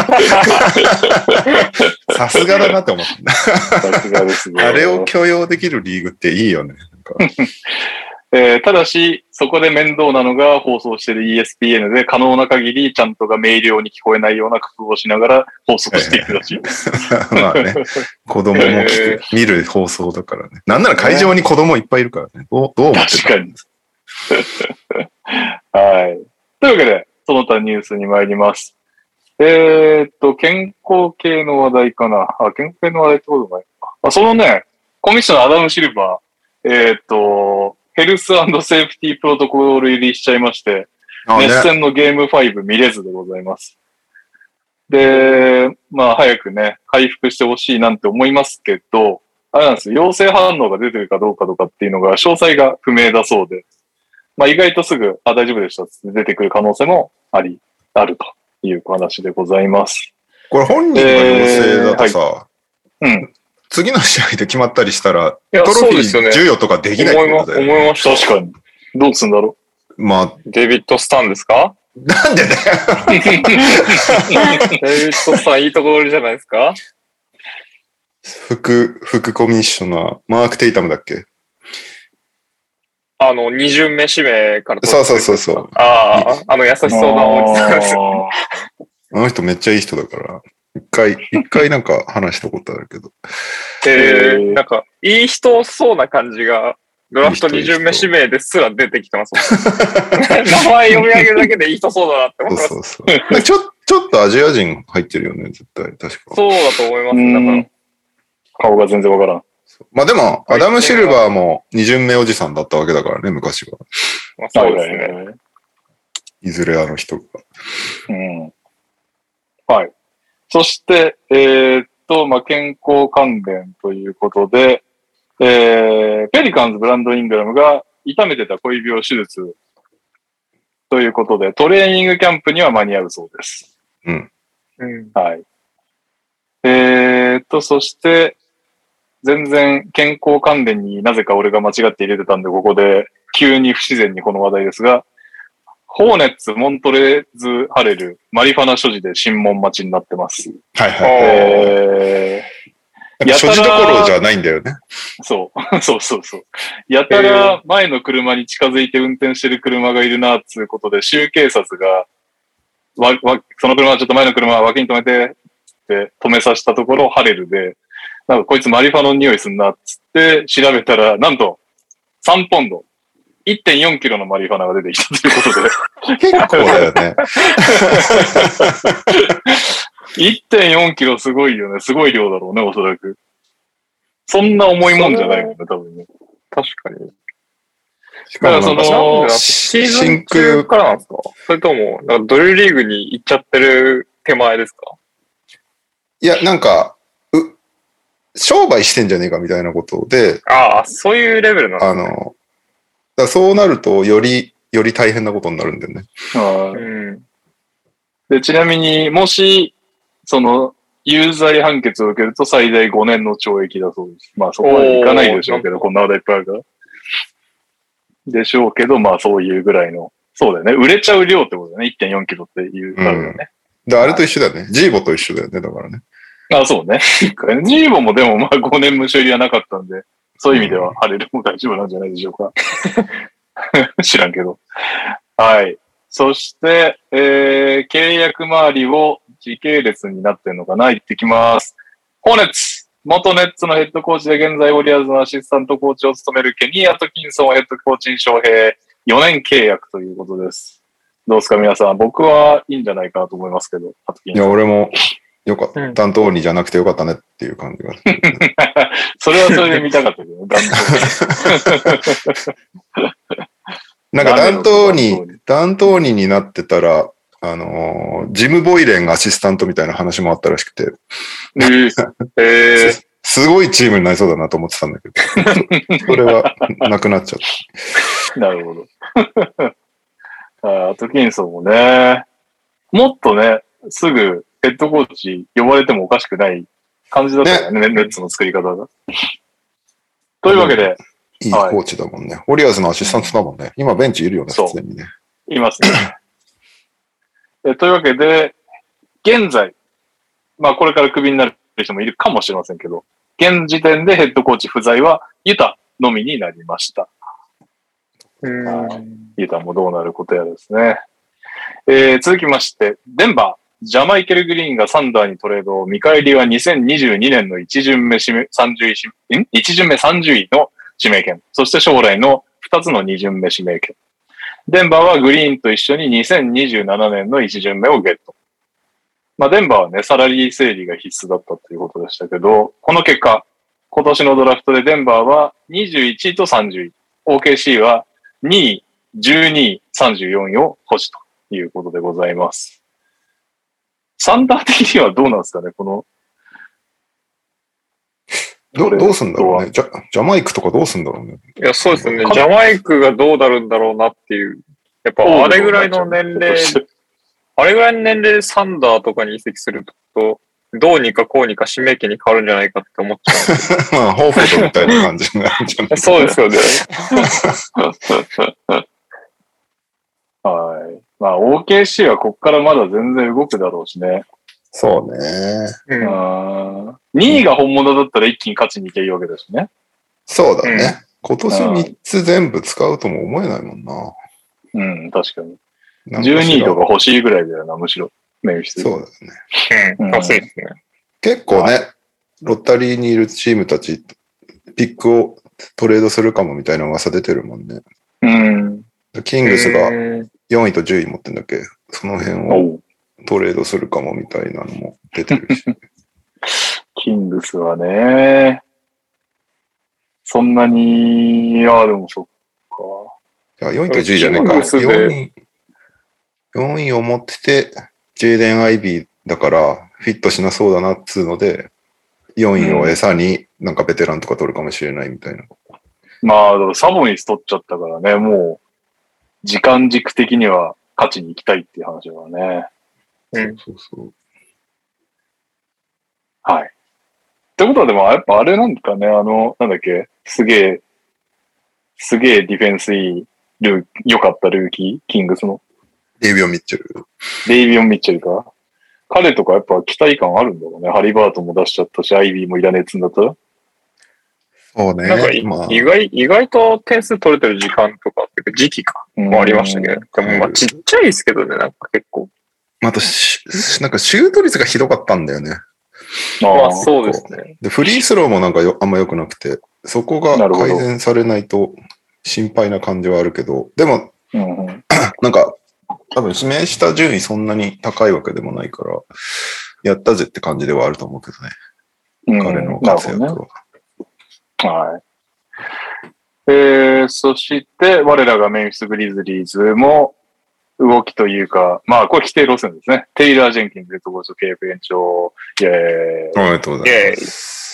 ど。さすがだなって思った。 さすがですね。 あれを許容できるリーグっていいよね。なんかえー、ただし、そこで面倒なのが放送している イーエスピーエヌ で可能な限りちゃんとが明瞭に聞こえないような工夫をしながら放送していくらしいです。 まあね、子供も聞く、えー、見る放送だからね。なんなら会場に子供いっぱいいるからね。どう、どう思ってたんですかはい。というわけで、その他ニュースに参ります。えー、っと、健康系の話題かな。あ、健康系の話題ってことないか。あ、そのね、コミッショナーアダム・シルバー、えー、っと、ヘルス&セーフティープロトコル入りしちゃいまして、ね、熱戦のゲームファイブ見れずでございます。で、まあ早くね、回復してほしいなんて思いますけど、あれなんですよ、陽性反応が出てるかどうかとかっていうのが詳細が不明だそうで、まあ意外とすぐ、あ、大丈夫でしたって出てくる可能性もあり、あるというお話でございます。 これ本人が陽性だとさ、 えーはい、うん。 次の試合で決まったりしたら、トロフィー授与とかできないってことだよね。 思いました。 確かに。どうすんだろう。まあ。 デビッド・スタンですか？ なんでだよ。 デビッド・スタンいいところじゃないですか？ 副、副コミッショナー、マーク・テイタムだっけ？ あの、二巡目指名から。 そうそうそうそう。 ああ、あの優しそうなおじさんです。 あの人めっちゃいい人だから、一回、一回なんか話したことあるけど。 えー、なんか、いい人そうな感じが、ドラフト二巡目指名ですら出てきてます。名前読み上げるだけでいい人そうだなって思います。 そうそうそう。ちょ、ちょっとアジア人入ってるよね、絶対。確か。 そうだと思います。なんか顔が全然わからん。 まあでも、アダム・シルバーも二巡目おじさんだったわけだからね、昔は。 まあ、そうですね。 いずれあの人が。 うん。はい。そして、えー、っと、まあ、健康関連ということで、えー、ペリカンズ・ブランド・イングラムが痛めてた小指を手術ということで、トレーニングキャンプには間に合うそうです。 うん。 うん、 はい。えー、っと、そして、全然健康関連になぜか俺が間違って入れてたんで、ここで急に不自然にこの話題ですが、ホーネッツ、モントレーズ、ハレル、マリファナ所持で審問待ちになってます。 はいはい。 えー、や所持どころじゃないんだよね。 そう。そうそうそう。やたら前の車に近づいて運転してる車がいるな、つうことで、州警察が、わ、わ、その車はちょっと前の車は脇に止めて、って止めさせたところ、ハレルで、なんかこいつマリファナの匂いすんな、つって調べたら、なんと、さんポンド。いってんよんキロのマリファナが出てきたということで。 結構だよね。 いってんよんキロすごいよね。すごい量だろうね、おそらく。そんな重いもんじゃないもんね、多分ね。 確かに。 しかもその、 シーズン中からなんですか？それとも、なんかドリルリーグに行っちゃってる手前ですか？ いや、なんか、う、商売してんじゃねえかみたいなことで。 ああ、そういうレベルなんですね。 あの、だそうなると、より、より大変なことになるんだよね。 うん、でちなみに、もし、その、有罪判決を受けると最大ごねんの懲役だそうです。まあそこまでいかないでしょうけど、こんな話題いっぱいあるから。でしょうけど、まあそういうぐらいの、そうだよね。売れちゃう量ってことだね。いってんよんキロっていうからだよね。 うん、で、あれと一緒だよね。ジーボと一緒だよね。だからね。 ああ、そうね。ジーボもでもまあごねん無償入りはなかったんで、そういう意味ではハレルも大丈夫なんじゃないでしょうか。知らんけど。はい。そして、えー、契約周りを時系列になってるのかな、行ってきます。ホーネッツ。元ネッツのヘッドコーチで現在ウォリアーズのアシスタントコーチを務めるケニー・アトキンソンヘッドコーチに招聘よねん契約ということです。どうですか皆さん。僕はいいんじゃないかなと思いますけど。アトキンソン。 いや、俺もよかった。担当にじゃなくてよかったねっていう感じが。 それはそれで見たかったけど、担当なんか担当に、担当にになってたら、あのー、ジム・ボイレンがアシスタントみたいな話もあったらしくて。 えーえー、 す, すごいチームになりそうだなと思ってたんだけど、それはなくなっちゃった。 なるほど。あアトキンソンもね、もっとね、すぐヘッドコーチ呼ばれてもおかしくない感じだったよね、ねネッツの作り方が。というわけで。 いいコーチだもんね。はい、ウォリアーズのアシスタントだもんね。今ベンチいるよね、普通にね。 いますねえ。というわけで、現在、まあこれからクビになる人もいるかもしれませんけど、現時点でヘッドコーチ不在はユタのみになりました。 うんユタもどうなることやですね。えー、続きまして、デンバー。ジャマイケル・グリーンがサンダーにトレード。見返りはにせんにじゅうにねんの一巡目指名、さんじゅうい、ん一巡目さんじゅういの指名権。そして将来のふたつのに巡目指名権。デンバーはグリーンと一緒ににせんにじゅうななねんのいち巡目をゲット。まあデンバーはね、サラリー整理が必須だったということでしたけど、この結果、今年のドラフトでデンバーはにじゅういちいとさんじゅうい。オーケーシー はにい、じゅうにい、さんじゅうよんいを保持ということでございます。サンダー的にはどうなんですかね、この。 ど, どうすんだろうねジャ。ジャマイクとかどうすんだろうね。 いや、そうですね。ジャマイクがどうなるんだろうなっていう。やっぱあれぐらいの年齢、あれぐらいの年齢でサンダーとかに移籍すると、どうにかこうにか指名権に変わるんじゃないかって思っちゃう。 まあ、ホーフォードみたいな感じになるんじゃないそうですよね。 はい。まあ、オーケーシー はこっからまだ全然動くだろうしね。 そうね。 うん。にいが本物だったら一気に勝ちに行けばいいわけだしね。 そうだね。 今年みっつ全部使うとも思えないもんな。 うん、確かに。じゅうにいとか欲しいぐらいだよな、むしろ。メンフィス。 そうですね。 うん、欲しいですね。 結構ね、ロッタリーにいるチームたち、ピックをトレードするかもみたいな噂出てるもんね。 うん。 キングスがよんいとじゅうい持ってんだっけ、その辺をトレードするかもみたいなのも出てるし。 キングスはね、そんなに、いや、でもそっか。 いや、よんいとじゅういじゃねえか。よんい、よんいを持ってて、ジェイデン・アイビーだからフィットしなそうだなっつうので、よんいを餌になんかベテランとか取るかもしれないみたいな。 うん、まあ、だからサボニス取っちゃったからね、もう、時間軸的には勝ちに行きたいっていう話だからね。 うん。そうそうそう。 はい。ってことはでも、やっぱあれなんかね、あの、なんだっけ、すげえ、すげえディフェンスいい、ルー、良かったルーキー、キングスの。 デイビオン・ミッチェル。 デイビオン・ミッチェルか。彼とかやっぱ期待感あるんだろうね。ハリバートンも出しちゃったし、アイビーもいらねえっつんだったら。 そうね。 なんか、まあ、意外、意外と点数取れてる時間とか、時期か、もありましたけど、でもまあちっちゃいですけどね、なんか結構。 またし、なんかシュート率がひどかったんだよね。 まあそうですね。 で、フリースローもなんかよあんま良くなくて、そこが改善されないと心配な感じはあるけど、でも、 うんうん、 なんか、多分指名した順位そんなに高いわけでもないから、やったぜって感じではあると思うけどね。うん、彼の活躍は。 はい。えー、そして、我らがメンフィス・グリズリーズも、動きというか、まあ、これ規定路線ですね。テイラー・ジェンキンズ、レッドコースト、ケーエフ延長、イェーイ。 おめでとうございます。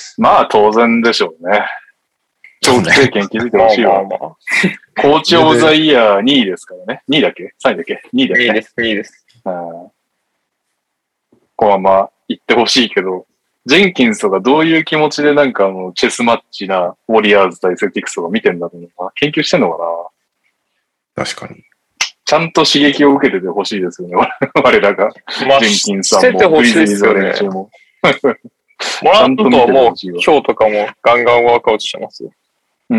まあ、当然でしょうね。長期政権気づいてほしいわ。コーチ・オブ・ザ・イヤーにいですからね。にいだっけ ?さんいだっけ ?にいだっけ ?にいです、にいです。 うん。ここはまあ、言ってほしいけど、ジェンキンスとかどういう気持ちでなんかもうチェスマッチなウォリアーズ対セルティックスとか見てんだろうな。研究してんのかな。確かに。 ちゃんと刺激を受けててほしいですよね。我らが。 まあ、 ジェンキンスさんも。 しててほしいですよね。もらうともう、今日とかもガンガンワークアウトしてますよ。 うん。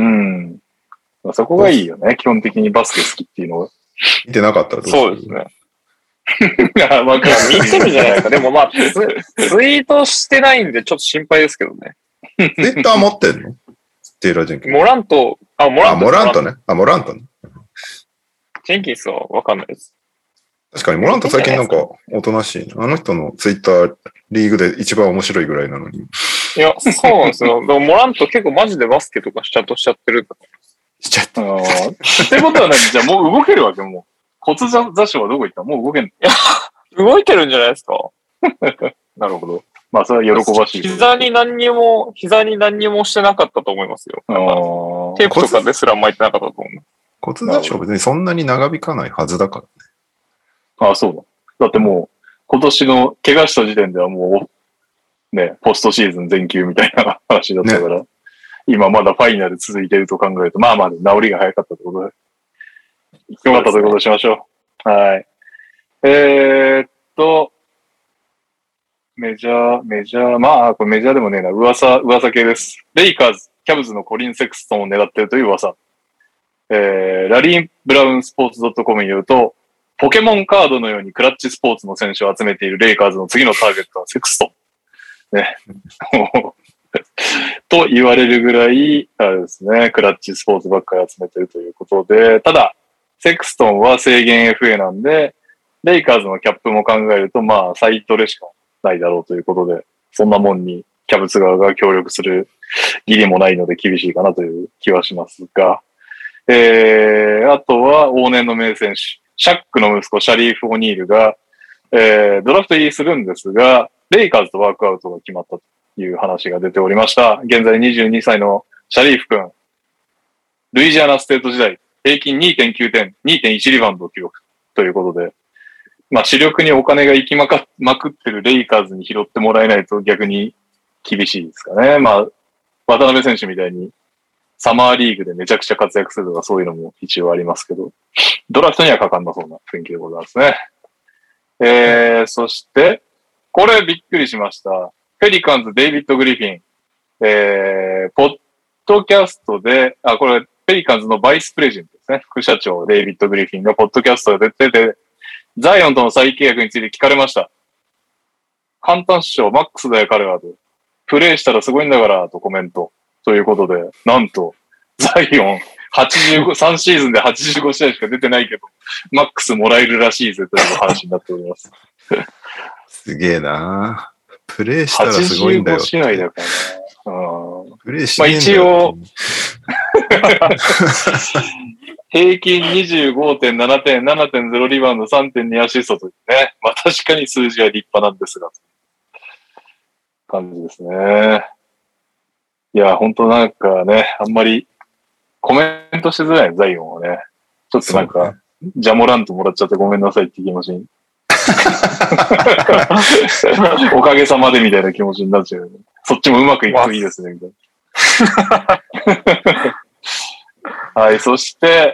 そこがいいよね。基本的にバスケ好きっていうのは。 見てなかったらどうそうですね。 いや、わかる。 見てるじゃないですか。でもまあツ、ツイートしてないんでちょっと心配ですけどね。 ツイッター持ってんのテイラー・ジェンキンス。 モラント、あ、モラント。 あ、モラントね。あ、モラントね。 ジェンキンスはわかんないです。 確かに、モラント最近なんかおとなしい。あの人のツイッターリーグで一番面白いぐらいなのに。 いや、そうなんですよ。でもモラント結構マジでバスケとかしちゃっとしちゃってるんだと思います。 しちゃった。 ってことは何じゃあもう動けるわけもう。骨座座はどこ行ったもう動けんの？いや、 動いてるんじゃないですか。 なるほど。まあ、それは喜ばしい。 膝に何にも、膝に何にもしてなかったと思いますよ。テープとかですら巻いてなかったと思う。 骨座礁は別にそんなに長引かないはずだからね。 ああ、そうだ。だってもう、今年の怪我した時点ではもう、ね、ポストシーズン全休みたいな話だったから、ね、今まだファイナル続いていると考えると、まあまあ、治りが早かったってことで。よかったということにしましょう。はい。えー、っと、メジャー、メジャー、まあ、これメジャーでもねえな、噂、噂系です。レイカーズ、キャブズのコリン・セクストンを狙っているという噂。えー、ラリー・ブラウンスポーツ .com によると、ポケモンカードのようにクラッチスポーツの選手を集めているレイカーズの次のターゲットはセクストン。ね。と言われるぐらい、あれですね、クラッチスポーツばっかり集めているということで、ただ、セクストンは制限 エフエー なんで、レイカーズのキャップも考えると、まあ、サイトでしかないだろうということで、そんなもんにキャブツ側が協力する義理もないので厳しいかなという気はしますが、えー、あとは往年の名選手、シャックの息子シャリーフ・オニールが、えー、ドラフト入りするんですが、レイカーズとワークアウトが決まったという話が出ておりました。現在にじゅうにさいのシャリーフ君、ルイジアナステート時代、平均 にてんきゅうてん、にてんいち リバウンドを記録ということで、まあ、主力にお金が行きまかまくってるレイカーズに拾ってもらえないと逆に厳しいですかね。まあ、渡辺選手みたいにサマーリーグでめちゃくちゃ活躍するとかそういうのも一応ありますけど、ドラフトにはかかんなそうな雰囲気でございますね。えー、そして、これびっくりしました。ペリカンズ、デイビッド・グリフィン、えー、ポッドキャストで、あ、これ、ペリカンズのバイスプレジデントですね。副社長、デイビッド・グリフィンがポッドキャストで出てて、ザイオンとの再契約について聞かれました。簡単っしょ、マックスだよ、彼はと。プレイしたらすごいんだから、とコメント。ということで、なんと、ザイオン、はちじゅうご、さんシーズンではちじゅうご試合しか出てないけど、マックスもらえるらしいぜという話になっております。 すげえなプレイしたらすごいんだよ。はちじゅうご試合だからな。 プレイしないんだよ。まあ一応、平均 にじゅうごてんなな 点、ななてんゼロ リバウンド、さんてんに アシストというね。まあ確かに数字は立派なんですが。感じですね。いや、本当なんかね、あんまりコメントしづらいザイオンはね。ちょっとなんか、ね、ジャモラントもらっちゃってごめんなさいって気持ちに。おかげさまでみたいな気持ちになっちゃう、ね。そっちもうまくいくといいですね、みたいな。はい、そして、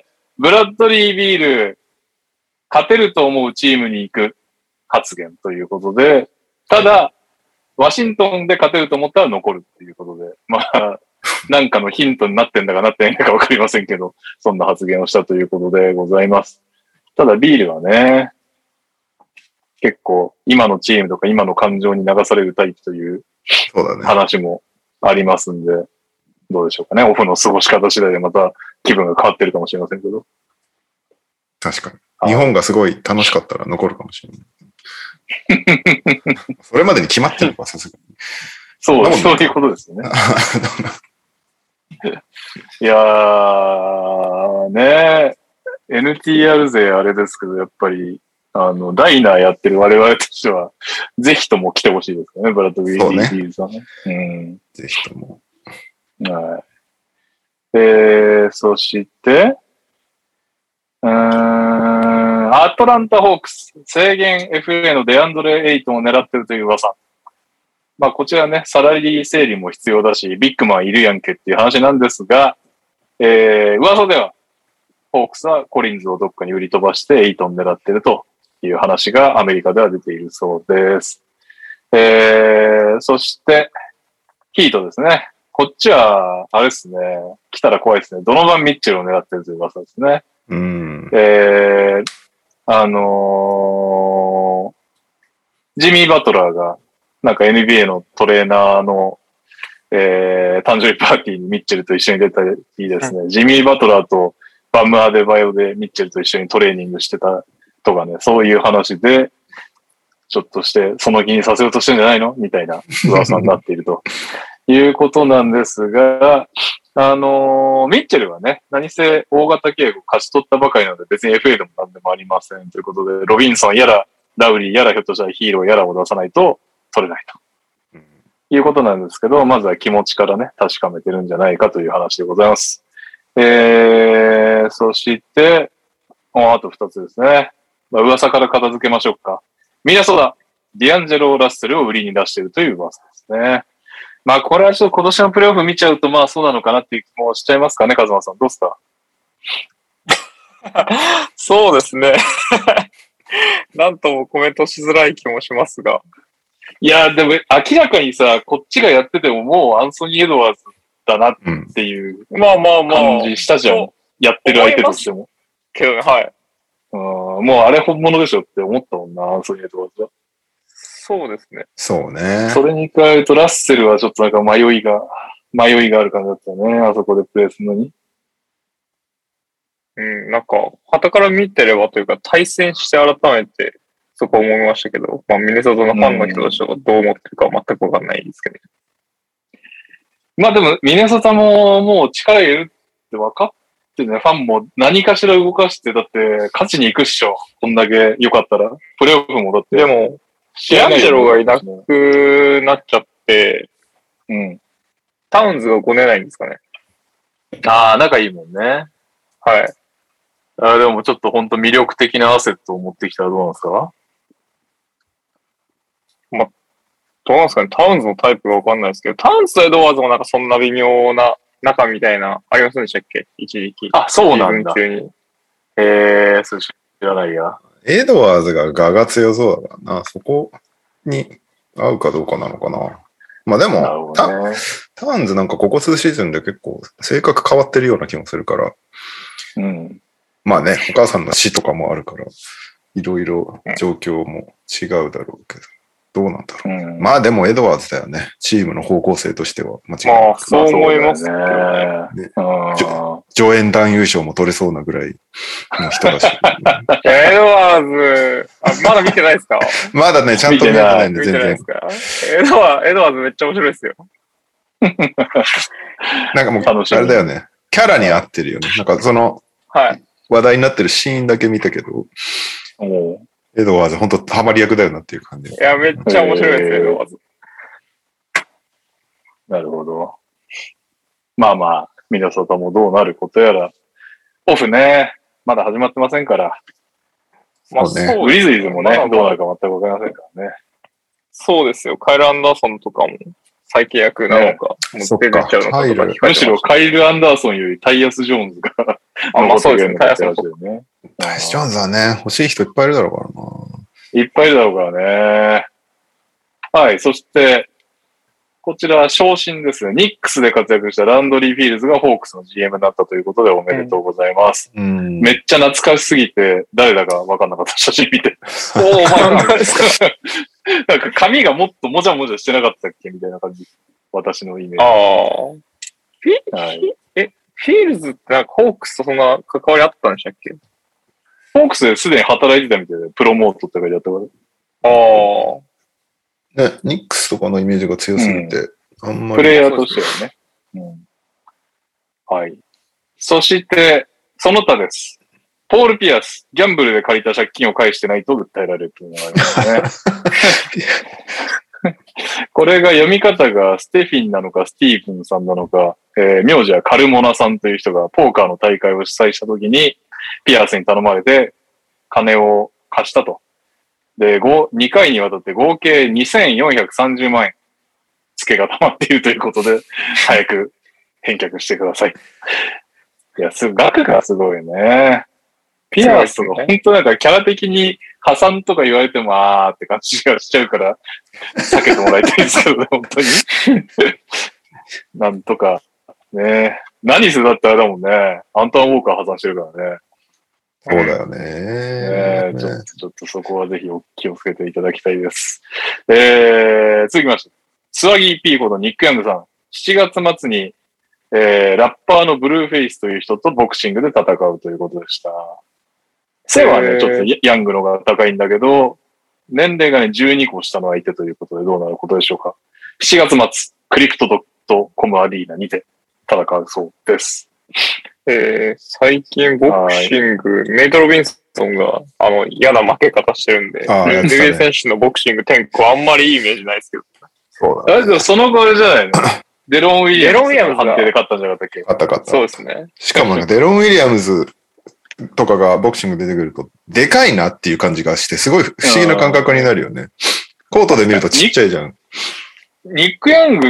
ブラッドリー・ビール、勝てると思うチームに行く発言ということで、ただ、ワシントンで勝てると思ったら残るっていうことで、まあ、なんかのヒントになってんだかなってないかわかりませんけど、そんな発言をしたということでございます。ただ、ビールはね、結構、今のチームとか今の感情に流されるタイプという話もありますんで、どうでしょうかね。オフの過ごし方次第でまた気分が変わってるかもしれませんけど。 確かに。日本がすごい楽しかったら残るかもしれない。それまでに決まってるのか、さすがに。 そう、そういうことですよね。いやー、ね、エヌティーアール 勢あれですけど、やっぱり、あの、ダイナーやってる我々としては、ぜひとも来てほしいですよね、ブラッド・ウィー・ビールさんね。うん。 ぜひとも。 はい。えー、そして、うーん、アトランタ・ホークス、制限 エフエー のデアンドレ・エイトンを狙ってるという噂。まあ、こちらね、サラリー整理も必要だし、ビッグマンいるやんけっていう話なんですが、えー、噂では、ホークスはコリンズをどっかに売り飛ばしてエイトン狙ってるという話がアメリカでは出ているそうです。えー、そして、ヒートですね。こっちは、あれですね、来たら怖いですね。ドノバン・ミッチェルを狙ってるという噂ですね。 うん。 えー、あのー、ジミー・バトラーが、なんか エヌビーエー のトレーナーの、えー、誕生日パーティーにミッチェルと一緒に出たりですね、うん、ジミー・バトラーとバム・アデバイオでミッチェルと一緒にトレーニングしてたとかね、そういう話で、ちょっとして、その気にさせようとしてるんじゃないのみたいな噂になっているということなんですが、あのー、ミッチェルはね、何せ大型警護勝ち取ったばかりなので、別に エフエー でも何でもありませんということで、ロビンソンやら、ラウリーやら、ひょっとしたらヒーローやらを出さないと取れないと。うん、いうことなんですけど、まずは気持ちからね、確かめてるんじゃないかという話でございます。えー、そして、あと二つですね。まあ、噂から片付けましょうか。ミネソタ、ディアンジェロ・ラッセルを売りに出しているという噂ですね。まあ、これはちょっと今年のプレイオフ見ちゃうと、まあそうなのかなっていう気もしちゃいますかね、カズマさん。どうすか？ そうですね。なんともコメントしづらい気もしますが。 いや、でも明らかにさ、こっちがやっててももうアンソニー・エドワーズだなっていう、 うん、まあまあまあ感じしたじゃん。やってる相手としても。 けど、はい。 うん、もうあれ本物でしょって思ったもんな、アンソニー・エドワーズは。 そうですね。 そうね。 それに加えると、ラッセルはちょっとなんか迷いが、迷いがある感じだったよね、あそこでプレーするのに。 うん、なんか、旗から見てればというか、対戦して改めて、そこ思いましたけど、まあ、ミネソタのファンの人たちがどう思ってるかは全くわかんないですけど。 うん、まあでも、ミネソタももう力入れるって分かってね、ファンも何かしら動かして、だって勝ちに行くっしょ。こんだけ良かったら。プレイオフもだって。 でも、ディアンジェロがいなくなっちゃって、 うん。 タウンズがごねないんですかね。 ああ、仲いいもんね。 はい。 あでもちょっと本当魅力的なアセットを持ってきたらどうなんですか？ まあ、どうなんですかね。タウンズのタイプがわかんないですけど、タウンズとエドワーズもなんかそんな微妙な仲みたいな、ありませんでしたっけ？一時期。 あ、そうなんだ。 中に。 へえー、それ知らないや。 エドワーズが我が強そうだからな。そこに合うかどうかなのかな。 まあでも、ね、タ, ターンズなんかここ数シーズンで結構性格変わってるような気もするから。 うん。 まあね、お母さんの死とかもあるから、いろいろ状況も違うだろうけど、どうなんだろう。うん、まあでもエドワーズだよね。チームの方向性としては間違いない。 まあそう思いますね。ねジョエン団優勝も取れそうなぐらいの人だし。 エドワーズあ、まだ見てないですか？ まだね、ちゃんと見てないんで、全然。エドワ、エドワーズめっちゃ面白いですよ。 なんかもう、あれだよね。キャラに合ってるよね。なんかその、 はい。 話題になってるシーンだけ見たけど、エドワーズ本当ハマり役だよなっていう感じ。いや、めっちゃ面白いです、エドワーズ。 なるほど。まあまあ、ミネソタもどうなることやら、オフね、まだ始まってませんから。まあ、そうね。グリズリーズもね、どうなるか全くわかりませんからね。 そうですよ。カイル・アンダーソンとかも再契約なのか、ね、もう出てっちゃうのかとか、ね、 むしろカイル・アンダーソンよりタイヤス・ジョーンズがあ、まあそうですね、タイヤス・ジョーンズね。タイヤス・ジョーンズはね、欲しい人いっぱいいるだろうからな。 いっぱいいるだろうからね。はい、そして、こちら、昇進ですね。ニックスで活躍したランドリー・フィールズがホークスの ジーエム になったということでおめでとうございます。うん、めっちゃ懐かしすぎて、誰だか分かんなかった写真見て。おー、まあ、ですか。なんか髪がもっともじゃもじゃしてなかったっけみたいな感じ。私のイメージ。 ああ。フィ、はい、え、フィールズってなんかホークスとそんな関わりあったんでしたっけ？ ホークスですでに働いてたみたいで、プロモートって書いてあったから。 ああ。 ね、ニックスとかのイメージが強すぎて、 うん、あんまり。プレイヤーとしてはね。うん、はい。そして、その他です。ポール・ピアス、ギャンブルで借りた借金を返してないと訴えられるというのがありますね。これが読み方がステフィンなのかスティーブンさんなのか、えー、名字はカルモナさんという人がポーカーの大会を主催したときに、ピアスに頼まれて金を貸したと。で、にかいにわたって合計にせんよんひゃくさんじゅうまんえん付けが溜まっているということで、早く返却してください。いや、す額がすごいね。ピアスが本当なんかキャラ的に破産とか言われてもあーって感じがしちゃうから、避けてもらいたいですけどね、本当に。なんとか、ね。何するだったらだもんね。アントワン・ウォーカー破産してるからね。 そうだよね。 ねちょっと、ちょっとそこはぜひお気をつけていただきたいです。えー、続きまして、スワギー P ことニック・ヤングさん。しちがつ末に、えー、ラッパーのブルーフェイスという人とボクシングで戦うということでした。背はね、ちょっとヤングのが高いんだけど、年齢がね、じゅうにこ下の相手ということでどうなることでしょうか。しちがつ末、クリプトドットコムアリーナにて戦うそうです。 えー、最近ボクシング、ネイト・ロビンソンが、あの、嫌な負け方してるんで、デビュー選手のボクシング転向あんまりいいイメージないですけど。 そうだ、ね。 だけど、その後あれじゃないのデロン・ウィリアムズの判定で勝ったんじゃなかったっけ？ 勝った勝った。 そうですね。 しかもなんかデロン・ウィリアムズとかがボクシング出てくると、でかいなっていう感じがして、すごい不思議な感覚になるよね。コートで見るとちっちゃいじゃん。 ニック・ヤングって、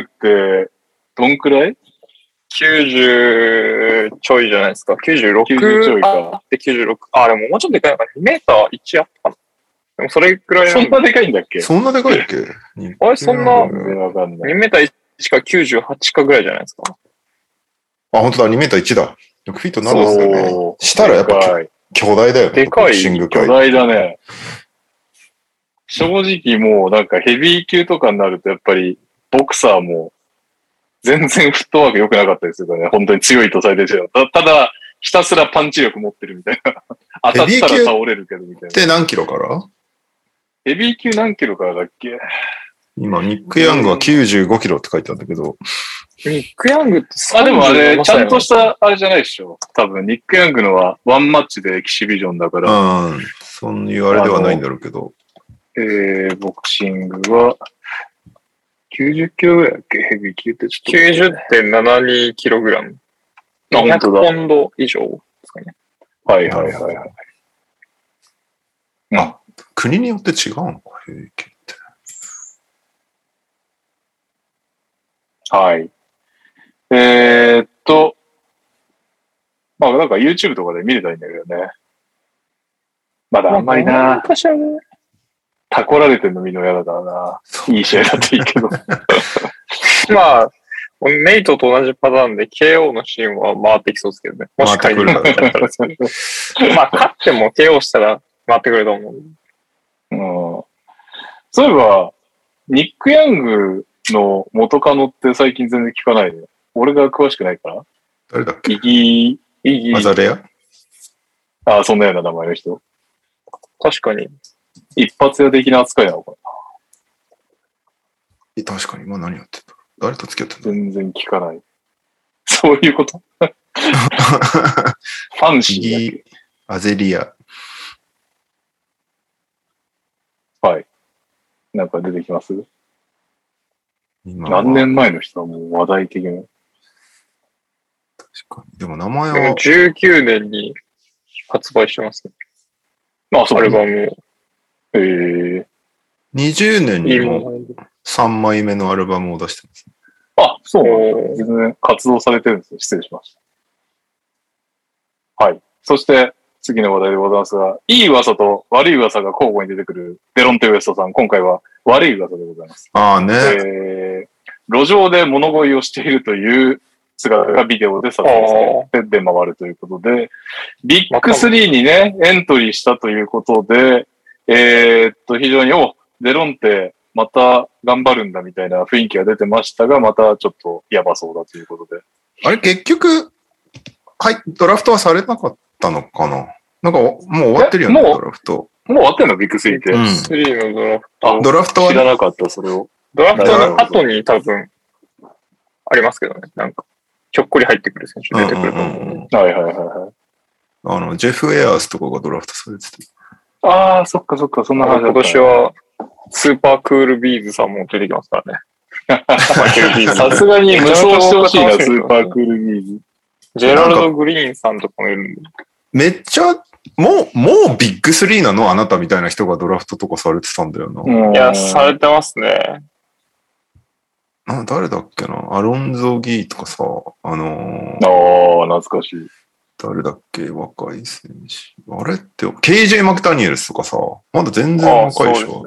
どんくらい？ きゅうじゅうちょいじゃないですか。きゅうじゅうろく。 きゅうじゅうちょいか。 で、きゅうじゅうろく。あ、でももうちょっとでかいのかな。にメーターいちあったかな。でもそれくらいそんなでかいんだっけ？ そんなでかいっけ？ あれ、そんな、にメーターいちかきゅうじゅうはちかぐらいじゃないですか。 あ、本当だ、にメーターいちだ。ろくフィートななですよね。したらやっぱ巨大だよね。 でかい。 巨大だね。正直もうなんかヘビー級とかになるとやっぱりボクサーも全然フットワーク良くなかったですよね。本当に強いとされてる。ただ、ひたすらパンチ力持ってるみたいな。当たったら倒れるけどみたいな。 で、何キロから？ ヘビー級何キロからだっけ？ 今、ニック・ヤングはきゅうじゅうごキロって書いてあるんだけど。 ニック・ヤングってあ、でもあれ、ちゃんとしたあれじゃないでしょ。多分、ニック・ヤングのはワンマッチでエキシビジョンだから。 うん。そういうあれではないんだろうけど。 えー、ボクシングは、きゅうじゅっキロぐらいだっけ？ヘビー級ってちょっと。 きゅうじゅってんななにキログラム。 あ、本当だ。 ひゃくポンド以上ですかね。 はいはいはいはい。 あ、国によって違うのか、ヘビー級って。 はい。えー、っと、まあなんか YouTube とかで見れたらいいんだけどね。まだあんまりな。タコられてるの見るの嫌だからな。いい試合だっていいけど。 まあ、ネイトと同じパターンで ケーオー のシーンは回ってきそうですけどね。もし回ってくるんだったら。まあ、勝っても ケーオー したら回ってくると思う。 うん、そういえば、ニック・ヤングの元カノって最近全然聞かないで。俺が詳しくないから。 誰だっけ？ イギー、イギー。 アザレア？ ああ、そんなような名前の人。 確かに。 一発屋的な扱いなのかな。確かに、今何やってた？誰と付き合ってんの？ 全然聞かない。そういうことファンシーだっけ？ アゼリア。 はい。なんか出てきます？何年前の人はもう話題的な。 確かに。でも名前は。 でもじゅうきゅうねんに発売してますね。 あ、そう。 アルバムを。 えー、 にじゅうねんにもさんまいめのアルバムを出してます、ね。 あ、そうなんですね。全然活動されてるんですよ。失礼しました。はい。そして、次の話題でございますが、いい噂と悪い噂が交互に出てくるデロンテ・ウエストさん。今回は悪い噂でございます。 ああね。 えー、路上で物乞いをしているという姿がビデオで撮影されて出回るということで、ビッグスリーにね、エントリーしたということで、えー、っと、非常に、お、デロンテ、また頑張るんだみたいな雰囲気が出てましたが、またちょっとやばそうだということで。 あれ、結局、はい、ドラフトはされなかったのかな？なんか、もう終わってるよね、ドラフト。 もう終わってんのビッグスリーって。 ビッグスリーのドラフト。 あ、ドラフトは、 ね、知らなかった、それを。 ドラフトの後に多分、ありますけどね。なんか、ひょっこり入ってくる選手出てくると思う。 うんうんうん、はいはいはいはい。 あの、ジェフ・エアースとかがドラフトされてて。 ああ、そっかそっか、そんな話だった、 今年は、スーパークールビーズさんも出てきますからね。 さすがに無双してほしいな、スーパークールビーズ。 ジェラルド・グリーンさんとかもいるんで。 めっちゃ、もう、もうビッグスリーなのあなたみたいな人がドラフトとかされてたんだよな。 いや、されてますね。 な誰だっけなアロンゾ・ギーとかさ、あのー、ああ、懐かしい。 誰だっけ若い選手。あれって、ケージェー マクダニエルスとかさ、まだ全然若いでしょ。 ね、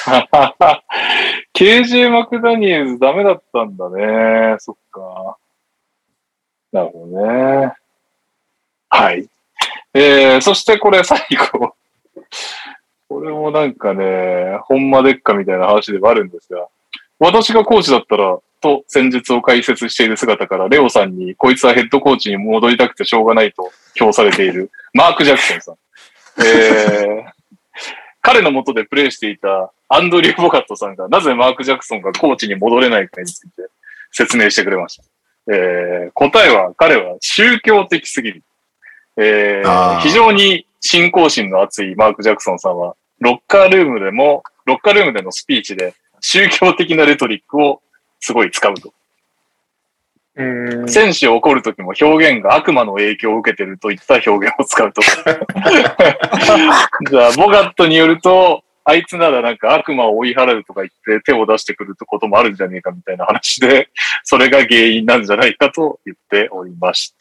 ケージェー マクダニエルズダメだったんだね。そっか。なるほどね。はい。えー、そしてこれ最後。これもなんかね、ほんまでっかみたいな話ではあるんですが、私がコーチだったら、と戦術を解説している姿から、レオさんに、こいつはヘッドコーチに戻りたくてしょうがないと評されている、マーク・ジャクソンさん。えー、彼の下でプレーしていたアンドリュー・ボカットさんが、なぜマーク・ジャクソンがコーチに戻れないかについて説明してくれました。えー、答えは、彼は宗教的すぎる。えー、非常に信仰心の厚いマーク・ジャクソンさんは、ロッカールームでも、ロッカールームでのスピーチで、宗教的なレトリックをすごい使うと。 うーん選手を怒るときも表現が悪魔の影響を受けているといった表現を使うと。じゃあ、ボガットによると、あいつならなんか悪魔を追い払うとか言って手を出してくることもあるんじゃねえかみたいな話で、それが原因なんじゃないかと言っておりました。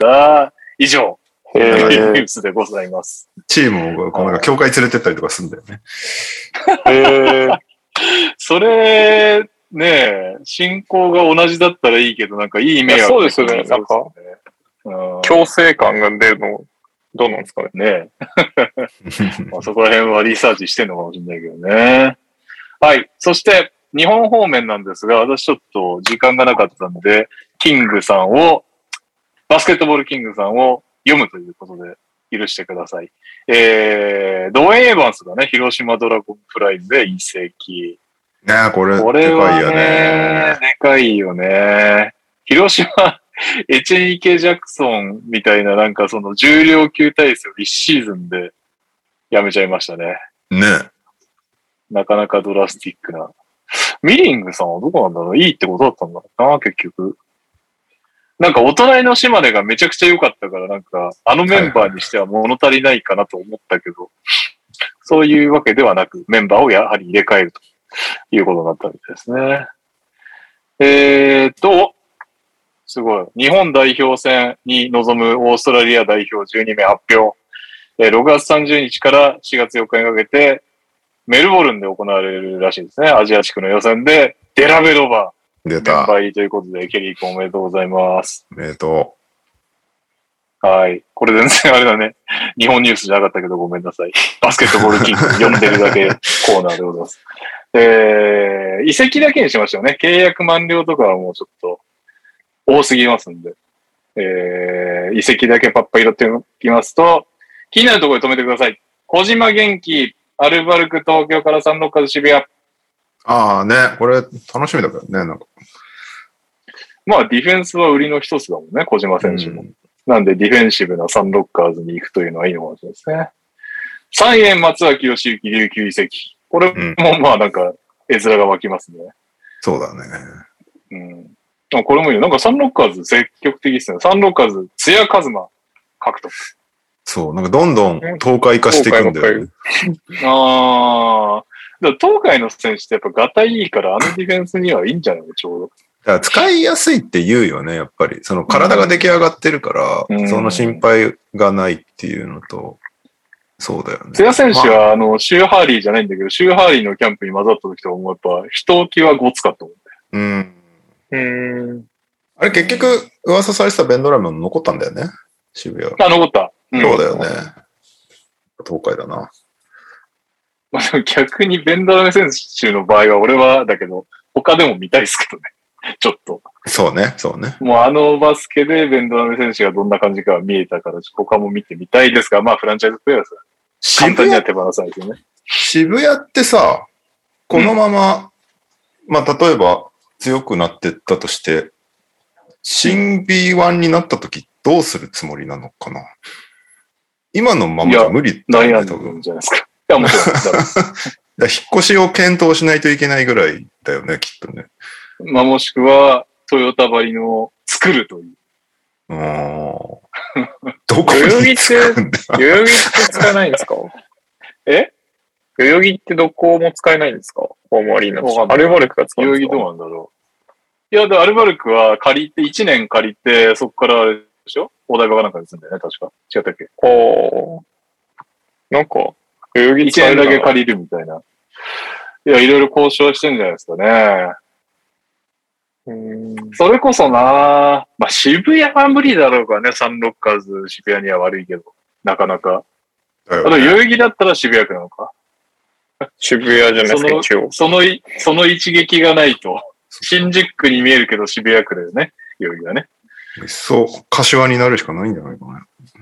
以上、ニュースでございます。 チームをこうなんか教会連れてったりとかするんだよね。 へーそれ、ねえ、信仰が同じだったらいいけど、なんかいい迷惑、 ね。そうですよね。なんか、強制感が出るの、どうなんですかね。 ねまあそこら辺はリサーチしてるのかもしれないけどね。はい。そして、日本方面なんですが、私ちょっと時間がなかったので、キングさんを、バスケットボールキングさんを読むということで許してください。えー、ドウェイン・エヴァンスがね、広島ドラゴンプライムで移籍。 ねえ、これ、 これはね、 でかいよね。 でかいよね。広島、エチェニケ・ジャクソンみたいななんかその重量級体制を一シーズンでやめちゃいましたね。 ねなかなかドラスティックな。ミリングさんはどこなんだろういいってことだったんだろうな、結局。なんかお隣の島根がめちゃくちゃ良かったから、なんかあのメンバーにしては物足りないかなと思ったけど、はいはい、そういうわけではなく、メンバーをやはり入れ替えるということになったみたいですね。えーっと、すごい。日本代表戦に臨むオーストラリア代表じゅうにめい発表。ろくがつさんじゅうにちからしがつよっかにかけて、メルボルンで行われるらしいですね。アジア地区の予選で、デラベロバえ。 出た。 連敗ということで、ケリー君おめでとうございます。 おめでとう。はい。これ全然あれだね。日本ニュースじゃなかったけどごめんなさい。バスケットボールキング読んでるだけコーナーでございます。えー、移籍だけにしましょうね。契約満了とかはもうちょっと多すぎますんで。えー、移籍だけパッパ拾っておきますと、気になるところで止めてください。小島元気、アルバルク東京からサンロッカーズ渋谷。 ああね、これ楽しみだからね、なんか。 まあディフェンスは売りの一つだもんね、小島選手も。うん、なんでディフェンシブなサンロッカーズに行くというのはいいのかもしれないですね。三円松脇義行琉球移籍。これもまあなんか絵面が湧きますね。 そうだね。 うん。これもいいよ。なんかサンロッカーズ積極的ですね。サンロッカーズ、津屋一馬獲得。 そう、なんかどんどん東海化していくんだよね。 ああ。だから東海の選手ってやっぱガタイいいから、あのディフェンスにはいいんじゃないのちょうど。 だから使いやすいって言うよね、やっぱり。その体が出来上がってるから、うん、その心配がないっていうのと、そうだよね。 津屋選手は、まあ、あの、シューハーリーじゃないんだけど、シューハーリーのキャンプに混ざった時とかもやっぱ、人気はごつかったもんね。 うん。 うん。 あれ結局、噂されてたベンドラムも残ったんだよね、渋谷。 あ、残った。 うん、そうだよね。東海だな。 まあ、逆にベンドラム選手の場合は、俺はだけど、他でも見たいですけどね。ちょっと。 そうね、そうね。 もうあのバスケでベンドラム選手がどんな感じかは見えたから、他も見てみたいですが、まあフランチャイズプレイヤーです。簡単には手放さないですよね。 渋谷ってさ、このまま、うん、まあ例えば強くなってったとして、新 ビーワン になった時どうするつもりなのかな。今のままじゃ無理だよね。悩んじゃないですか。いや、もちろん。 引っ越しを検討しないといけないぐらいだよね、きっとね。 まあもしくは、トヨタばりの作るという。 うん。どこに使うんだ代々木って使えないんですかえ代々木ってどこも使えないんですかホームアリーナ。アルバルクが使うんですか代々木どうなんだろう。いや、で、アルバルクは借りて、いちねん借りて、そこからあれでしょお台場かなんかに住んだよね、確か。違ったっけああ。なんか、代々木いちねんだけ借りるみたいな。いや、いろいろ交渉してんじゃないですかね。うんそれこそなまあ渋谷は無理だろうかね、サンロッカーズ渋谷には悪いけど、なかなか。あと代々木だったら渋谷区なのか。 渋谷じゃないですか、一応。 その、その一撃がないと、新宿区に見えるけど渋谷区だよね、代々木はね。 そう、柏になるしかないんじゃないかな。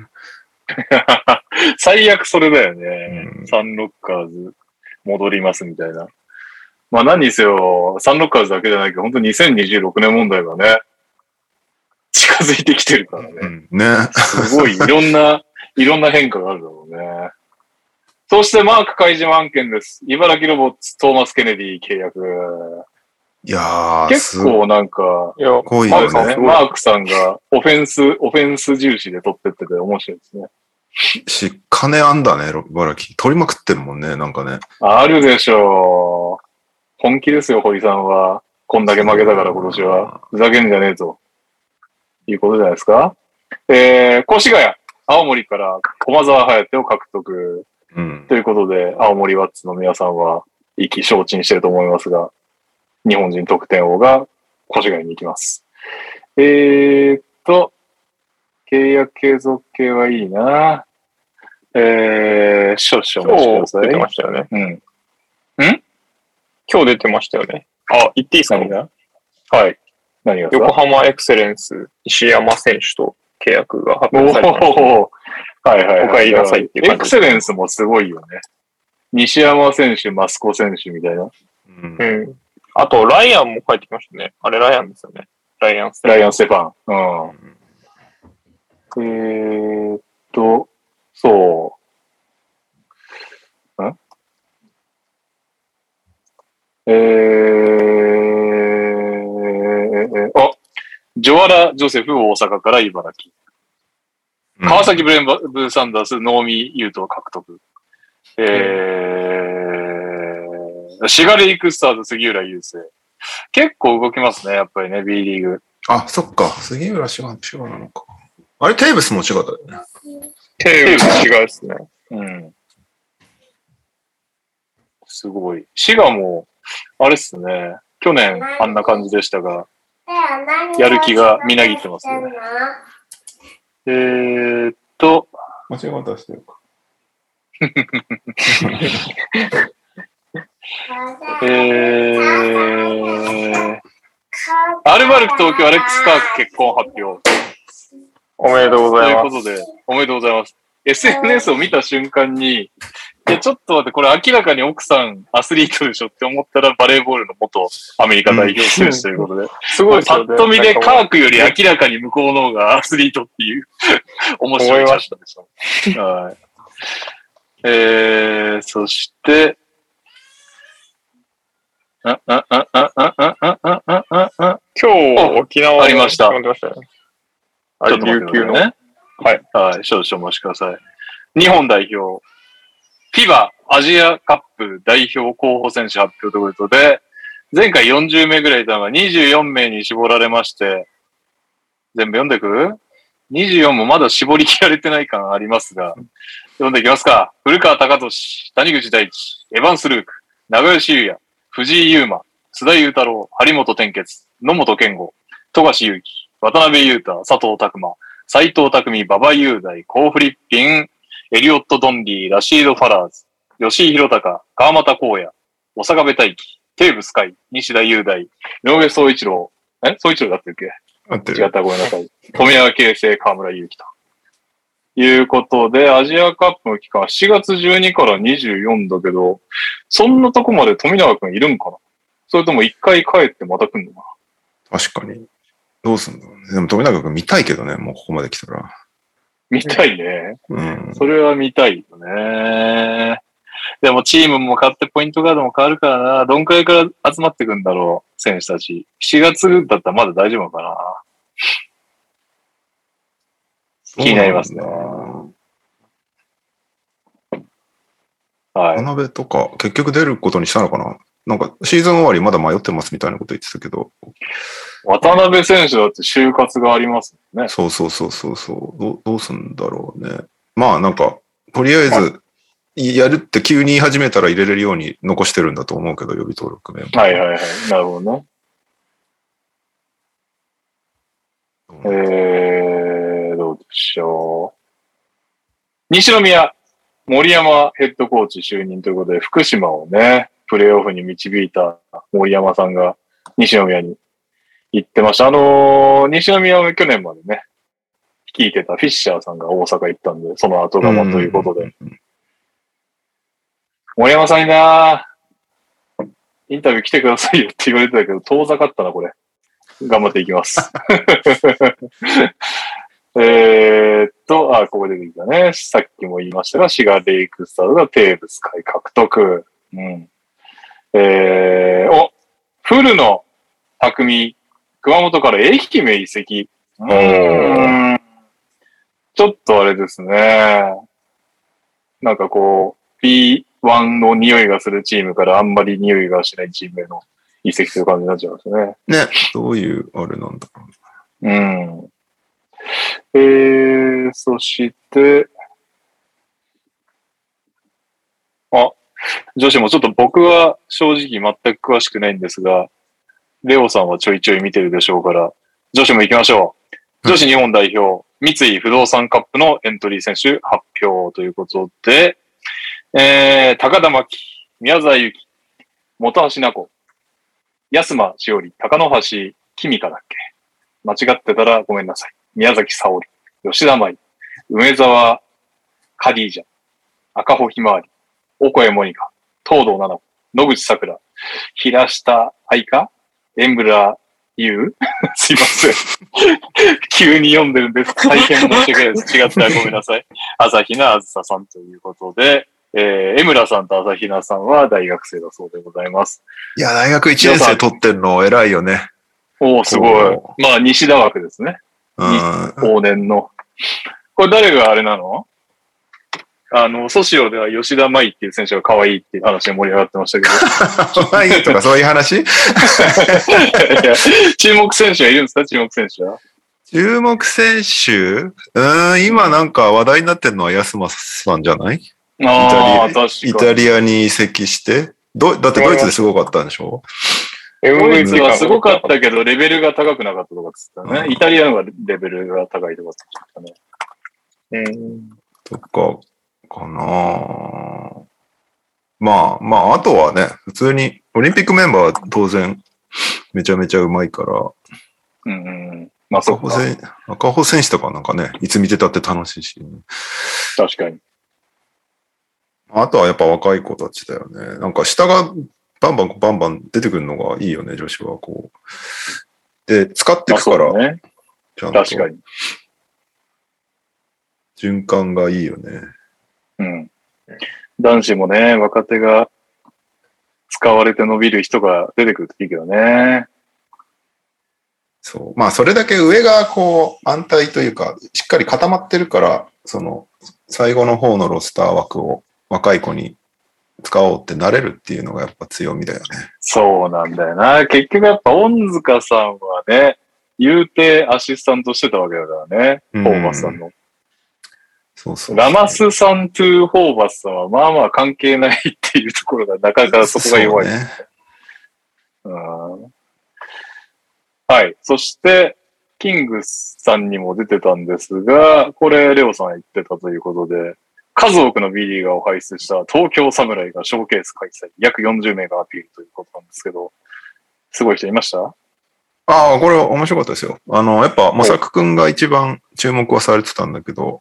最悪それだよね。うん、サンロッカーズ戻りますみたいな。まあ何にせよ、サンロッカーズだけじゃないけど、本当ににせんにじゅうろくねん問題がね、近づいてきてるからね。うん、 ね。 すごい、いろんな、いろんな変化があるだろうね。そしてマーク開示案件です。茨城ロボッツ、トーマス・ケネディ契約。 いやー、 結構なんか、 いやマークね、マークさんがオフェンス、オフェンス重視で取ってってて面白いですね。 し、金あんだね、茨城。取りまくってんもんね、なんかね。 あるでしょう。本気ですよ、堀さんは。こんだけ負けたから今年は。ふざけんじゃねえと。いうことじゃないですか。えー、越谷、青森から駒沢颯を獲得。うん、ということで、青森ワッツの皆さんは意気消沈してると思いますが、日本人得点王が越谷に行きます。えーっと、契約継続系はいいな。えー、少々お待ちください。 出てましたよね。 うん。ん今日出てましたよね。あ、言っていいですか？ 何が？はい。何が？ 横浜エクセレンス、石山選手と契約が発表されてました、ね。おはいはい、はい。 お帰りなさいっていう感じ。エクセレンスもすごいよね。西山選手、マスコ選手みたいな。 うん。うん、あと、ライアンも帰ってきましたね。あれライアンですよね。ライアンステファン。 ライアンステファン。うん。えーっと、そう。んえー、あ、ジョアラ・ジョセフ、大阪から茨城。川崎ブレンバブサンダース、能見優斗獲得。えー、シガレイクスターズ、杉浦雄星。結構動きますね、やっぱりね、B リーグ。 あ、そっか。杉浦違う、違うなのか。あれ、テーブスも違ったよね。 テーブス違うですね。 うん。すごい。滋賀も、あれっすね。 去年あんな感じでしたが、やる気がみなぎってますね。えーっと。 間違え方してるか。 えー、アルバルク東京アレックス・カーク結婚発表。 おめでとうございます。 ということで、おめでとうございます。エスエヌエス を見た瞬間に、いや、ちょっと待って、これ明らかに奥さんアスリートでしょって思ったらバレーボールの元アメリカ代表選手ということで。すごいですよね。パッと見でカークより明らかに向こうの方がアスリートっていう面白いましたね。はい。えー、そして、あ、あ、あ、あ、あ、あ、あ、あ、あ、あ、あ、 今日、沖縄ありました。 ちょっと待ってくださいね。 はい。はい。少々お待ちください。日本代表、フィバ アジアカップ代表候補選手発表ということで、前回よんじゅうめいぐらいいたのがにじゅうよんめいに絞られまして、全部読んでく ?にじゅうよん もまだ絞り切られてない感ありますが、読んでいきますか。古川貴俊、谷口大地、エヴァンス・ルーク、長吉優也、藤井優馬、須田裕太郎、張本天傑、野本健吾、富樫勇樹、渡辺裕太、佐藤拓磨、斉藤匠、馬場雄大、コー・フリッピン、エリオット・ドンリー、ラシード・ファラーズ、吉井宏隆、川又光也、小坂部大輝、テーブス海、西田雄大、井上総一郎、え総一郎だってるっけ合ってる。 違ったらごめんなさい。富永啓生、河村勇輝と。いうことで、アジアカップの期間はしがつじゅうにからにじゅうよんだけど、そんなとこまで富永くんいるんかな？それとも一回帰ってまた来んのかな？確かに。どうすんだろうね。でも富永くん見たいけどね、もうここまで来たら。 見たいね。 うん。 それは見たいよね。でもチームも勝ってポイントガードも変わるからな。どんくらいから集まってくんだろう、選手たち。しがつだったらまだ大丈夫のかな。気になりますね。はい。 渡辺とか結局出ることにしたのかな。なんかシーズン終わりまだ迷ってますみたいなこと言ってたけど。 渡辺選手だって就活がありますね。 そうそうそうそうそうど。どうすんだろうね。まあなんか、とりあえず、やるって急に言い始めたら入れれるように残してるんだと思うけど、予備登録名も。 はいはいはい。なるほどね。えー、どうでしょう。西宮、森山ヘッドコーチ就任ということで、福島をね、プレーオフに導いた森山さんが西宮に行ってました。あのー、西宮は去年までね、率いてたフィッシャーさんが大阪行ったんで、その後釜ということで。森山さんになぁ、インタビュー来てくださいよって言われてたけど、遠ざかったな、これ。頑張っていきます。えーっと、あ、ここ出てきたね。さっきも言いましたが、シガレイクスターズがテーブス海獲得。うん。えー、お、古野匠、熊本から愛媛移籍。うーん。ちょっとあれですね。なんかこう、ピーワン の匂いがするチームからあんまり匂いがしないチームへの移籍という感じになっちゃいますね。 ね。どういうあれなんだろう。うん。えー、そして、あ、女子もちょっと僕は正直全く詳しくないんですが、レオさんはちょいちょい見てるでしょうから、女子も行きましょう。女子日本代表、三井不動産カップのエントリー選手発表ということで、えー、高田真希、宮沢由紀、本橋奈子、安間しおり、高野橋きみかだっけ？間違ってたらごめんなさい。宮崎沙織、吉田舞、梅沢カディージャ、赤穂ひまわり、オコエモニカ、東堂七子、野口さくら、平下愛花、エンブラユーすいません。急に読んでるんです。大変申し訳ないです。違ったらごめんなさい。朝比奈あずささんということで、えー、江村さんと朝比奈さんは大学生だそうでございます。 いや、大学いちねん生取ってんの偉いよね。 おー、すごい。まあ、西田枠ですね。往年の。これ誰があれなの？あの、ソシオでは吉田舞っていう選手が可愛いっていう話で盛り上がってましたけど。可愛いとかそういう話？いや、注目選手はいるんですか？注目選手は。 注目選手？うーん、今なんか話題になってるのは安間さんじゃない？ ああ、確かに。 イタリアに移籍して。ど、だってドイツですごかったんでしょ？ ドイツはすごかったけど、レベルが高くなかったとかっつったね。イタリアの方がレベルが高いとかっつったね。 うん。とか、かなまあ、まあ、あとはね、普通に、オリンピックメンバーは当然、めちゃめちゃうまいから、 うんうん。まあ、そうか。 赤穂選手とかなんかね、いつ見てたって楽しいし、ね。 確かに。 あとはやっぱ若い子たちだよね。なんか下がバンバンバンバン出てくるのがいいよね、女子はこう。で、使っていくから、 ね、ちゃんと。確かに。 循環がいいよね。 うん。男子もね、若手が使われて伸びる人が出てくるといいけどね。 そう。まあ、それだけ上がこう、安泰というか、しっかり固まってるから、その、最後の方のロスター枠を若い子に使おうってなれるっていうのがやっぱ強みだよね。 そうなんだよな。結局やっぱ、恩塚さんはね、言うてアシスタントしてたわけだからね。ホーバスさんの。 そうそうそうラマスさんとホーバスさんはまあまあ関係ないっていうところがなかなかそこが弱い、ね。うん、はい。そして、キングスさんにも出てたんですが、これ、レオさん言ってたということで、数多くの B リーガーを輩出した東京サムライがショーケース開催。約よんじゅうめいがアピールということなんですけど、すごい人いました？ ああ、これ面白かったですよ。あの、やっぱ、まさくくんが一番注目はされてたんだけど、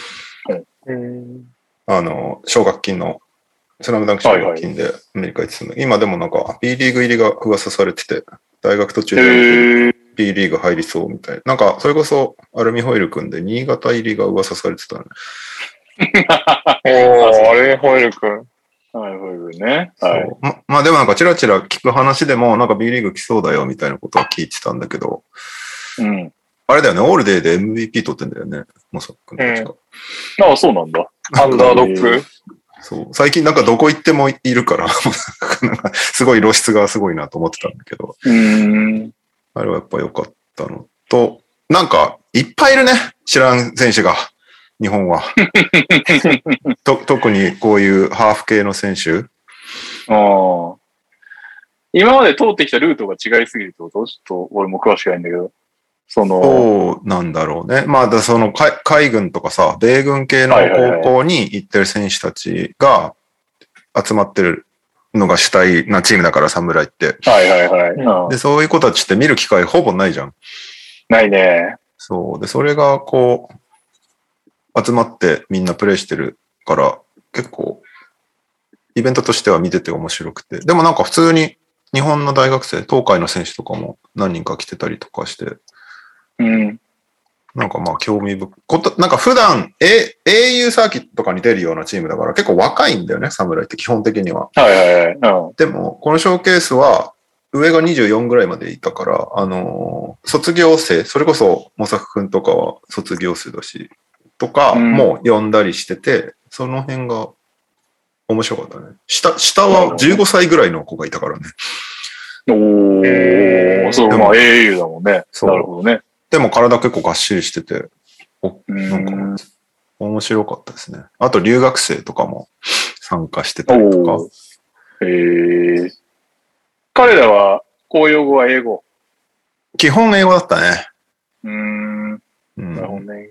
あの、奨学金の、スラムダンク奨学金でアメリカ行ってたんだ、はいはい、今でもなんか B リーグ入りが噂されてて、大学途中で B リーグ入りそうみたいな。なんか、それこそアルミホイル君で新潟入りが噂されてたね。 おー、アルミホイル君。 アルミホイル君ね。はい。 ま、まあでもなんかチラチラ聞く話でも、なんか B リーグ来そうだよみたいなことは聞いてたんだけど、 うん。 あれだよね、オールデーで エムブイピー 取ってんだよね、まさくんたちが。 ああ、そうなんだ。 アンダードッグ。 そう。最近なんかどこ行ってもいるから、なんかすごい露出がすごいなと思ってたんだけど。 うーん。 あれはやっぱ良かったのと、なんかいっぱいいるね、知らん選手が、日本は。と特にこういうハーフ系の選手。 ああ。今まで通ってきたルートが違いすぎるってこと？ちょっと俺も詳しくないんだけど。その。 そうなんだろうね。まあ、だその海、海軍とかさ、米軍系の高校に行ってる選手たちが集まってるのが主体なチームだから、侍って。 はいはいはい。 で、そういう子たちって見る機会ほぼないじゃん。 ないね。 そう。で、それがこう、集まってみんなプレイしてるから、結構、イベントとしては見てて面白くて。でもなんか普通に日本の大学生、東海の選手とかも何人か来てたりとかして、 うん。 なんかまあ興味深い。こと、なんか普段、A、エーユー サーキットとかに出るようなチームだから結構若いんだよね、侍って基本的には。 はいはいはい。うん、 でも、このショーケースは上がにじゅうよんぐらいまでいたから、あのー、卒業生、それこそ、モサク君とかは卒業生だし、とかも呼んだりしてて、うん、その辺が面白かったね。下、下はじゅうごさいぐらいの子がいたからね。 おー、そう、まあ エーユー だもんね。なるほどね。 でも体結構がっしりしてて、おなんか面白かったですね。あと留学生とかも参加してたりとか。 へー。彼らは公用語は英語？ 基本英語だったね。 うーん。なるほどね。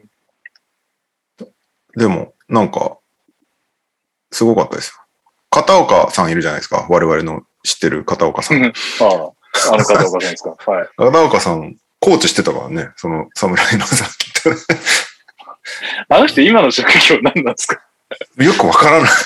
でも、なんか、すごかったですよ。片岡さんいるじゃないですか。我々の知ってる片岡さん。 ああ、あの片岡さんですか。はい。 片岡さん、コーチしてたからね。その侍のさっき言った。 あの人今の職業何なんですか？ よくわからない。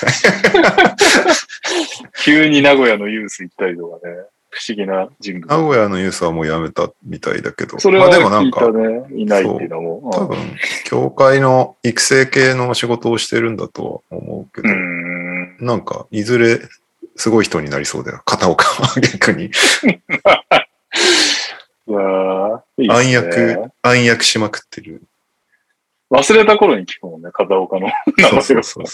急に名古屋のユース行ったりとかね。不思議な人物。 名古屋のユースはもう辞めたみたいだけど。 それは聞いたね。いないっていうのも。 多分、協会の育成系の仕事をしてるんだとは思うけど、 うんなんか、いずれすごい人になりそうだよ。片岡は逆に。 うわいいね、 暗躍、暗躍しまくってる。 忘れた頃に聞くもんね、片岡の名前を。そうそうそう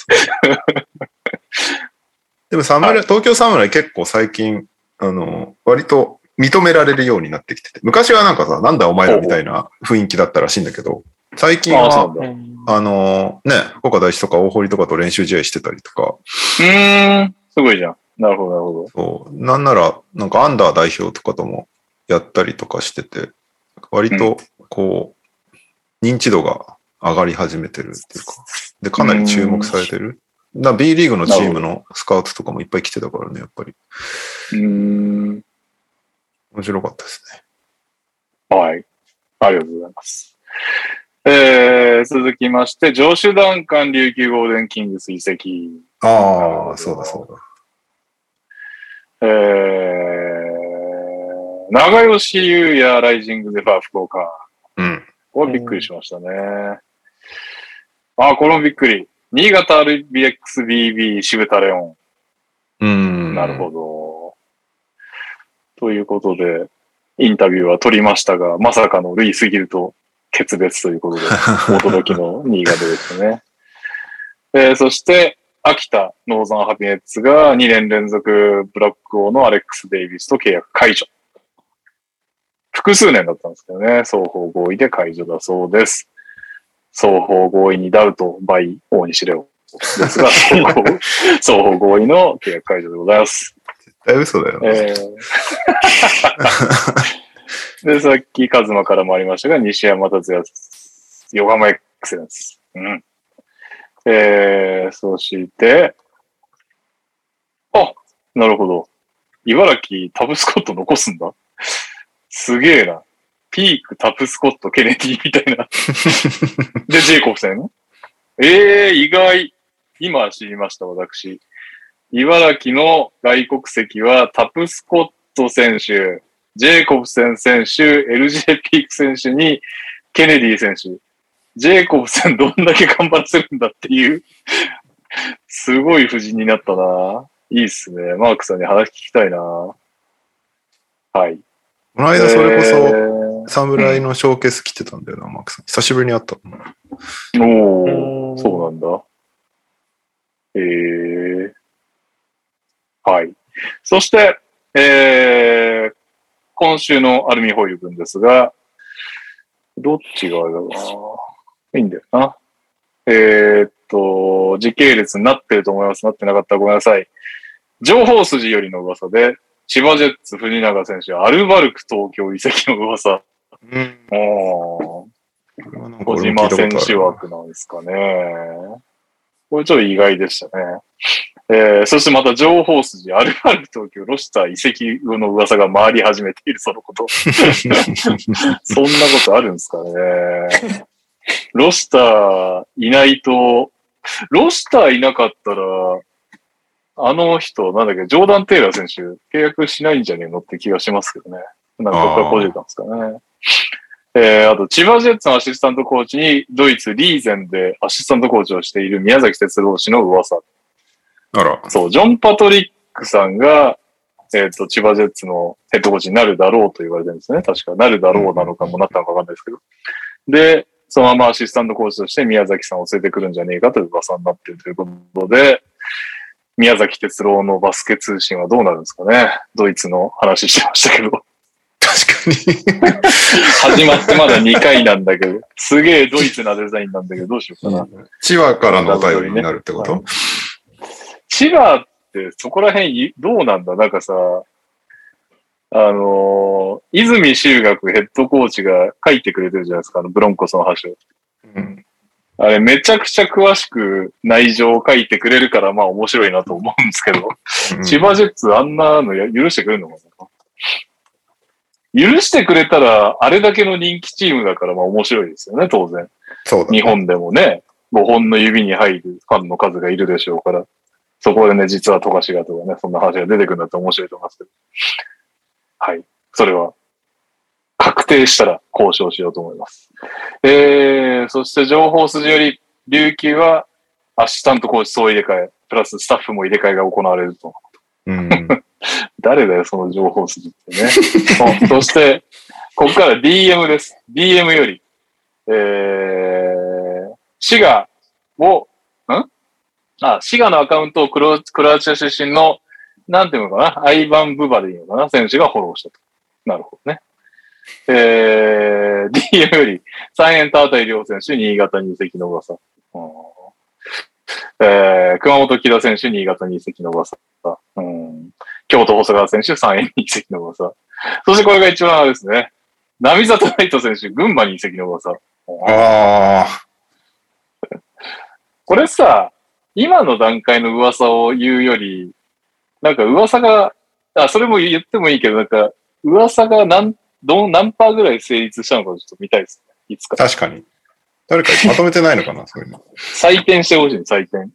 でも侍、東京侍結構最近、あの、割と認められるようになってきてて、昔はなんかさ、なんだお前らみたいな雰囲気だったらしいんだけど、最近は、あ, あの、ね、福岡第一とか大堀とかと練習試合してたりとか。 うーん、すごいじゃん。 なるほど、なるほど。 そう。なんなら、なんかアンダー代表とかともやったりとかしてて、割と、こう、うん、認知度が上がり始めてるっていうか、で、かなり注目されてる。だ B リーグのチームのスカウトとかもいっぱい来てたからね、やっぱり。 うーん。 面白かったですね。はい。ありがとうございます。えー、続きまして、ジョシュ・ダンカン琉球ゴールデンキングス移籍。 ああ、そうだそうだ。 えー、長吉優也ライジングゼファー福岡。 うん。 これびっくりしましたね。ああ、これもびっくり。新潟 アールビーエックスビービー 渋田レオン。 うん。 なるほど。ということで、インタビューは取りましたが、まさかの類すぎると決別ということで、驚きの新潟ですね。えー、そして、秋田ノーザンハピネッツがにねん連続ブラック王のアレックス・デイビスと契約解除。複数年だったんですけどね、双方合意で解除だそうです。双方合意にダウト、バイ、大西レオですが、双方、双方合意の契約解除でございます。 絶対嘘だよね。えー、で、さっきカズマからもありましたが、西山達也、横浜 エクセレンス。うん。えー、そして、あ、なるほど。茨城タブスコット残すんだ。すげえな。ピーク、タプスコット、ケネディみたいな。で、ジェイコブセンええー、意外。今知りました、私。茨城の外国籍はタプスコット選手、ジェイコブセン選手、エルジェー ピーク選手にケネディ選手。ジェイコブセンどんだけ頑張らせるんだっていう、すごい布陣になったな。いいっすね。マークさんに話聞きたいな。はい。 この間それこそ、えー、侍のショーケース来てたんだよな、うん、マークさん。久しぶりに会った。 おー、そうなんだ。えー。はい。そして、えー、今週のアルミホイル分ですが、どっちがあれだろうな。いいんだよな。えー、っと、時系列になってると思います。なってなかったらごめんなさい。情報筋よりの噂で、千葉ジェッツ藤永選手、アルバルク東京移籍の噂。うん。おー。小島選手枠なんですかね。これちょっと意外でしたね。えー、そしてまた情報筋、アルバルク東京ロシター移籍の噂が回り始めているそのこと。そんなことあるんですかね。ロシターいないと、ロシターいなかったら、あの人、なんだっけ、ジョーダン・テイラー選手、契約しないんじゃねえのって気がしますけどね。なんかどっからこじれたんですかね。えー、あと、千葉ジェッツのアシスタントコーチに、ドイツ、リーゼンでアシスタントコーチをしている宮崎哲郎氏の噂。 あら。 そう、ジョン・パトリックさんが、えっと、千葉ジェッツのヘッドコーチになるだろうと言われてるんですね。確か、なるだろうなのかもなったのかわかんないですけど。で、そのままアシスタントコーチとして宮崎さんを連れてくるんじゃねえかという噂になっているということで、宮崎哲郎のバスケ通信はどうなるんですかね。ドイツの話してましたけど。 確かに。 始まってまだにかいなんだけど、すげえドイツなデザインなんだけど、どうしようかな。うん、 千葉からのお便りになるってこと、ね、 千葉ってそこら辺どうなんだなんかさ、あのー、泉修学ヘッドコーチが書いてくれてるじゃないですか、あのブロンコスの話を。うんあれ、めちゃくちゃ詳しく内情を書いてくれるから、まあ面白いなと思うんですけど、うん、千葉ジェッツあんなのや許してくれるのかな許してくれたら、あれだけの人気チームだから、まあ面白いですよね、当然。 そうだね、 日本でもね、ごほんの指に入るファンの数がいるでしょうから、そこでね、実は富樫がとかね、そんな話が出てくるんだって面白いと思いますけど。はい。それは、確定したら交渉しようと思います。えー、そして情報筋より、琉球はアシスタントコーチ総入れ替え、プラススタッフも入れ替えが行われると。うん、誰だよ、その情報筋ってね。そして、ここから ディーエム です。ディーエム より、えー、滋賀を、んあ、滋賀のアカウントをクロ、クロアチア出身の、なんていうのかな、アイバン・ブバでいいのかな、選手がフォローしたと。なるほどね。えー、ディーエム より、サイエンタータイ両選手、新潟に移籍の噂。 えー、熊本木田選手、新潟に移籍の噂。うん、京都細川選手、三重に移籍の噂。そしてこれが一番ですね。並里大斗選手、群馬に移籍の噂。ああ。 これさ、今の段階の噂を言うより、なんか噂が、あ、それも言ってもいいけど、なんか、噂が何、ど何パーぐらい成立したのかちょっと見たいですね。いつか。 確かに。誰かまとめてないのかな、そういうの。 採点してほしい、採点。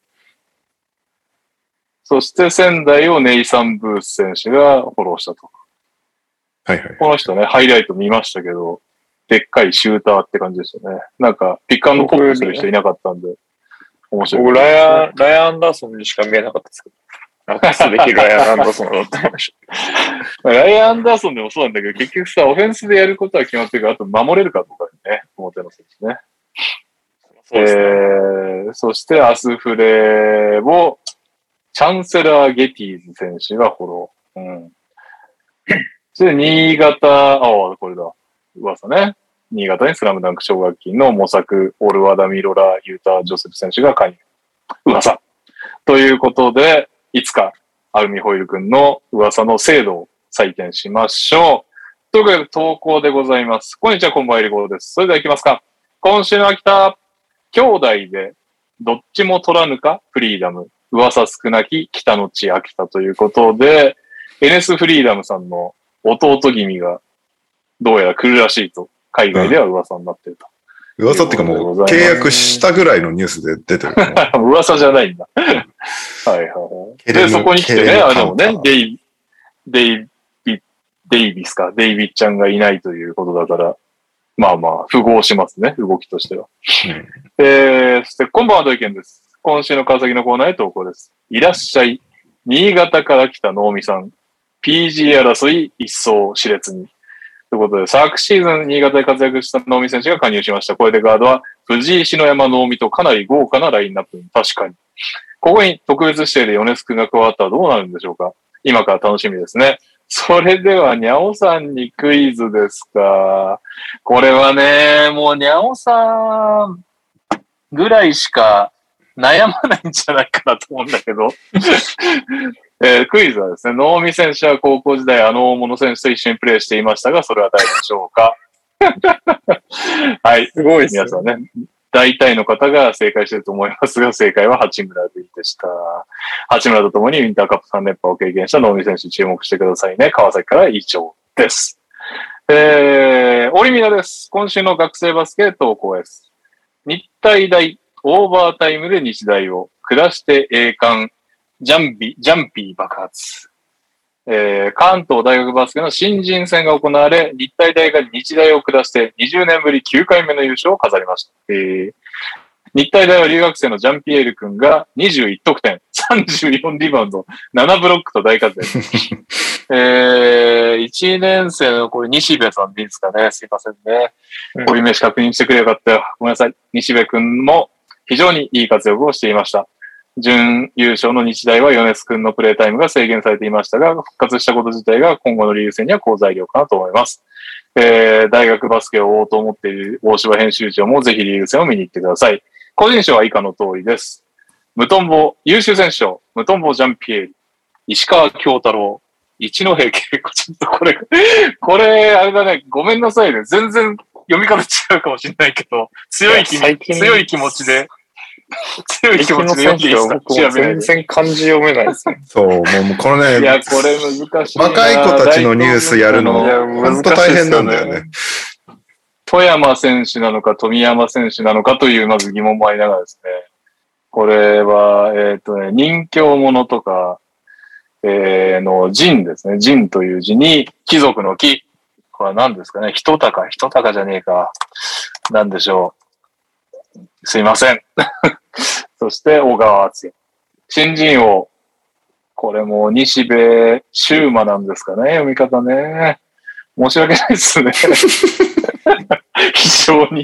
そして仙台をネイサン・ブース選手がフォローしたと。 はいはい。 この人ね、ハイライト見ましたけど、でっかいシューターって感じでしたね。なんか、ピックアンドポップする人いなかったんで、面白い。 僕、ライアン、ライアン・アンダーソンにしか見えなかったですけど。パスできるライアン・アンダーソンだったライアン・アンダーソンでもそうなんだけど、結局さ、オフェンスでやることは決まってるから、あと守れるかとかね、表の選手ね。そうですね。えー、そして、アスフレを、チャンセラー・ゲティーズ選手がフォロー。うん。そして、新潟、ああ、これだ。噂ね。新潟にスラムダンク奨学金の模索、オルワダ・ミロラ・ユータ・ジョセフ選手が加入。噂。ということで、いつか、アルミホイル君の噂の精度を採点しましょう。ということで、投稿でございます。こんにちは、こんばんは、りごです。それでは行きますか。今週の秋田、兄弟で、どっちも取らぬか、フリーダム。噂少なき、北の地、秋田ということで、エネス フリーダムさんの弟君が、どうやら来るらしいと、海外では噂になっていると。 うん、噂っていうかもう、契約したぐらいのニュースで出てる、ね。 噂じゃないんだ。はいはいはい。で、そこに来てね、あれもね、デイ、デイビ、デイビスか、デイビッちゃんがいないということだから、まあまあ、符合しますね、動きとしては。うん、えー、そして、こんばんは、土井健です。今週の川崎のコーナーへ投稿です。いらっしゃい。新潟から来た能見さん。ピージー 争い一層熾烈に。ということで、昨シーズン新潟で活躍した能見選手が加入しました。これでガードは藤井篠山能見とかなり豪華なラインナップに。確かに。ここに特別指定で米津くんが加わったらどうなるんでしょうか。今から楽しみですね。それでは、にゃおさんにクイズですか。これはね、もうにゃおさんぐらいしか悩まないんじゃないかなと思うんだけど。えー、クイズはですね、能見選手は高校時代あの大物選手と一緒にプレーしていましたが、それは誰でしょうか。はい。 すごいですね。皆さんね、大体の方が正解していると思いますが、正解は八村塁でした。八村とともにウィンターカップさん連覇を経験した能見選手注目してくださいね。川崎から以上です。えー、オリミラです。今週の学生バスケ投稿です。日体大オーバータイムで日大を下して栄冠ジャンビ、ジャンピー爆発。えー、関東大学バスケの新人戦が行われ、日体大が日大を下してにじゅうねんぶりきゅうかいめの優勝を飾りました。えー、日体大は留学生のジャンピエール君がにじゅういち得点、さんじゅうよんリバウンド、ななブロックと大活躍。えー、いちねん生のこれ西部さんでいいですかね。すいませんね。こういう名詞確認してくれよかったよ。ごめんなさい。西部君も非常にいい活躍をしていました。準優勝の日大は米津くんのプレータイムが制限されていましたが、復活したこと自体が今後のリーグ戦には好材料かなと思います。えー、大学バスケを追おうと思っている大柴編集長もぜひリーグ戦を見に行ってください。個人賞は以下の通りです。ムトンボ優秀選手賞、ムトンボジャンピエール、石川京太郎、一戸恵子、ちょっとこれ、これ、あれだね、ごめんなさいね。全然読み方違うかもしれないけど、強い気強い気持ちで、強い気持ちで読んでいいですか？ 全然漢字読めないですね。 そう、もうこのね、 いや、これ難しいな。 若い子たちのニュースやるの、本当大変なんだよね。 富山選手なのか富山選手なのかというまず疑問もありながらですね。これは、えっとね、人形物とか、えー、の人ですね。人という字に貴族の木。これは何ですかね。人高、人高じゃねえか。なんでしょう。すいません。そして、小川敦也。新人王。これも西部シューマなんですかね。読み方ね。申し訳ないですね。非常に。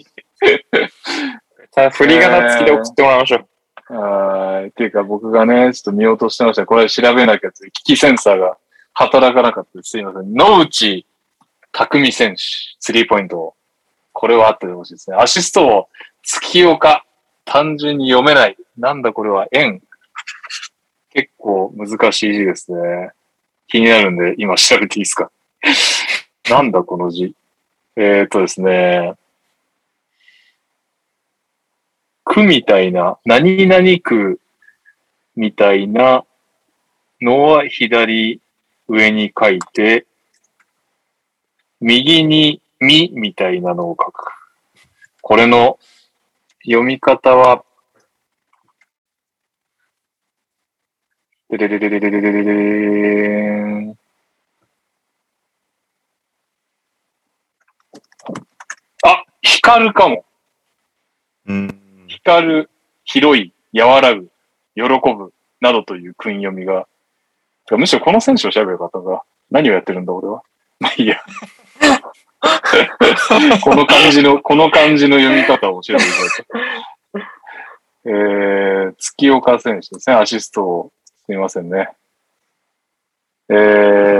振り仮名付きで送ってもらいましょう。 はい。っていうか僕がね、ちょっと見落としてました。これ調べなきゃという機器センサーが働かなかったです。すいません。野内匠選手、スリーポイントを。これはあってほしいですね。アシストを月岡単純に読めない。なんだこれは、円。結構難しい字ですね。気になるんで、今調べていいですか？なんだこの字。えーっとですね。区みたいな、何々区みたいなのは左上に書いて、右にみみたいなのを書く。これの読み方は、ででででででででででーん。あ、光るかも。 うん。 光る、広い、和らぐ、喜ぶ、などという訓読みが、むしろこの選手を調べればよかったが、何をやってるんだ俺は。まあいいや。この漢字の、この漢字の読み方を教えていただいて。えー、月岡選手ですね。アシストを。すみませんね。えー、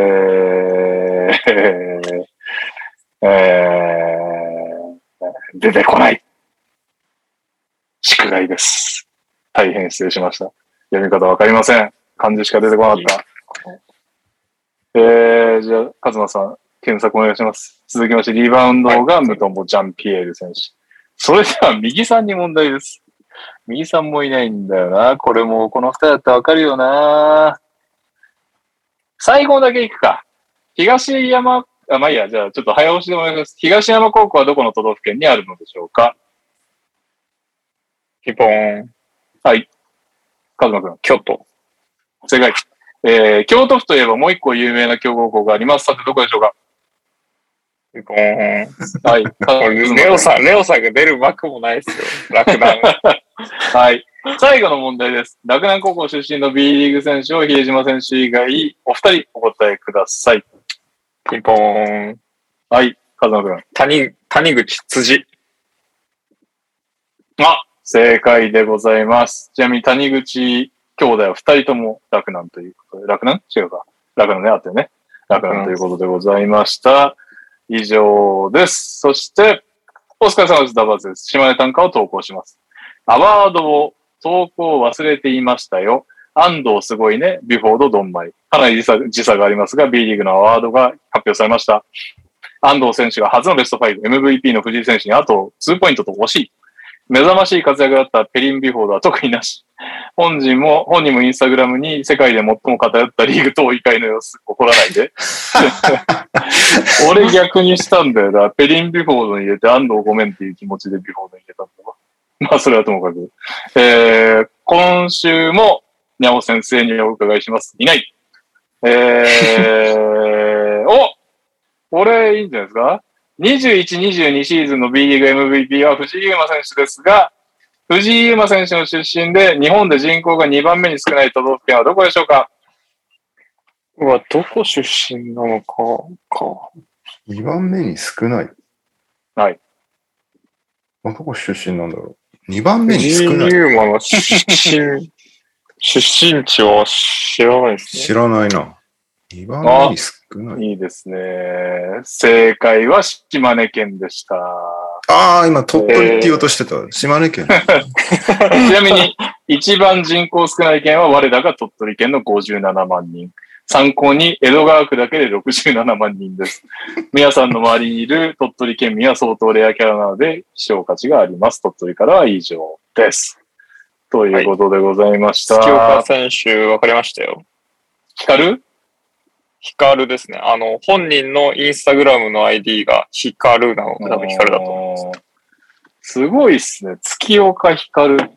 えー、出てこない。宿題です。大変失礼しました。読み方わかりません。漢字しか出てこなかった。えー、じゃあ、カズマさん、検索お願いします。続きまして、リバウンドがムトンボ・ジャンピエール選手。それでは、右さんに問題です。右さんもいないんだよな。これも、この二人だったらわかるよな。最後だけいくか。東山、あ、まあいいや、じゃあ、ちょっと早押しでお願いします。東山高校はどこの都道府県にあるのでしょうか？ ピポーン。 はい。カズマくん。 京都。 正解。えー、京都府といえばもう一個有名な強豪校があります。さて、どこでしょうか？ ピポーン。 はい。 これレオさん、レオさんが出る幕もないですよ。洛南。 はい。最後の問題です。洛南高校出身の B リーグ選手を比江島選手以外、お二人お答えください。 ピンポーン。 はい。カズマくん。 谷、谷口辻。 あ、正解でございます。ちなみに谷口兄弟は二人とも洛南ということで、洛南違うか。洛南ね、あったよね。洛南ということでございました。以上です。そして、お疲れ様です。ダバーズです。島根短歌を投稿します。アワードを投稿忘れていましたよ。安藤すごいね。ビュフォードドンマイ。かなり時差、時差がありますが、B リーグのアワードが発表されました。安藤選手が初のベストファイブ、エムブイピー の藤井選手にあとにポイントと惜しい。目覚ましい活躍だったペリン・ビュフォードは特になし。本人も、本人もインスタグラムに世界で最も偏ったリーグと異界の様子、怒らないで。俺逆にしたんだよな。ペリン・ビュフォードに入れて安藤ごめんっていう気持ちでビュフォードに入れたんだわ。まあ、それはともかく。えー、今週も、にゃお先生にお伺いします。いない。えー、おこれいいんじゃないですか？にじゅういち、にじゅうにシーズンの B リーグ エムブイピー は藤井祐馬選手ですが、藤井祐馬選手の出身で日本で人口がにばんめに少ない都道府県はどこでしょうか？ うわ、どこ出身なのか、か。 にばんめに少ない。 はい。 あ、どこ出身なんだろう。にばんめに少ない。 藤井祐馬の出身、出身地は知らないですね。 知らないな。にばんめに少ない。 いいですね。正解は島根県でした。 ああ、今鳥取って言おうとしてた。えー、島根県。ちなみに、一番人口少ない県は我らが鳥取県のごじゅうななまんにん。参考に江戸川区だけでろくじゅうななまんにんです。皆さんの周りにいる鳥取県民は相当レアキャラなので希少価値があります。鳥取からは以上です。ということでございました。 はい、月岡選手分かりましたよ。 光るヒカルですね。あの、本人のインスタグラムの アイディー がヒカルなので、多分ヒカルだと思います。 すごいっすね。月岡ヒカルって、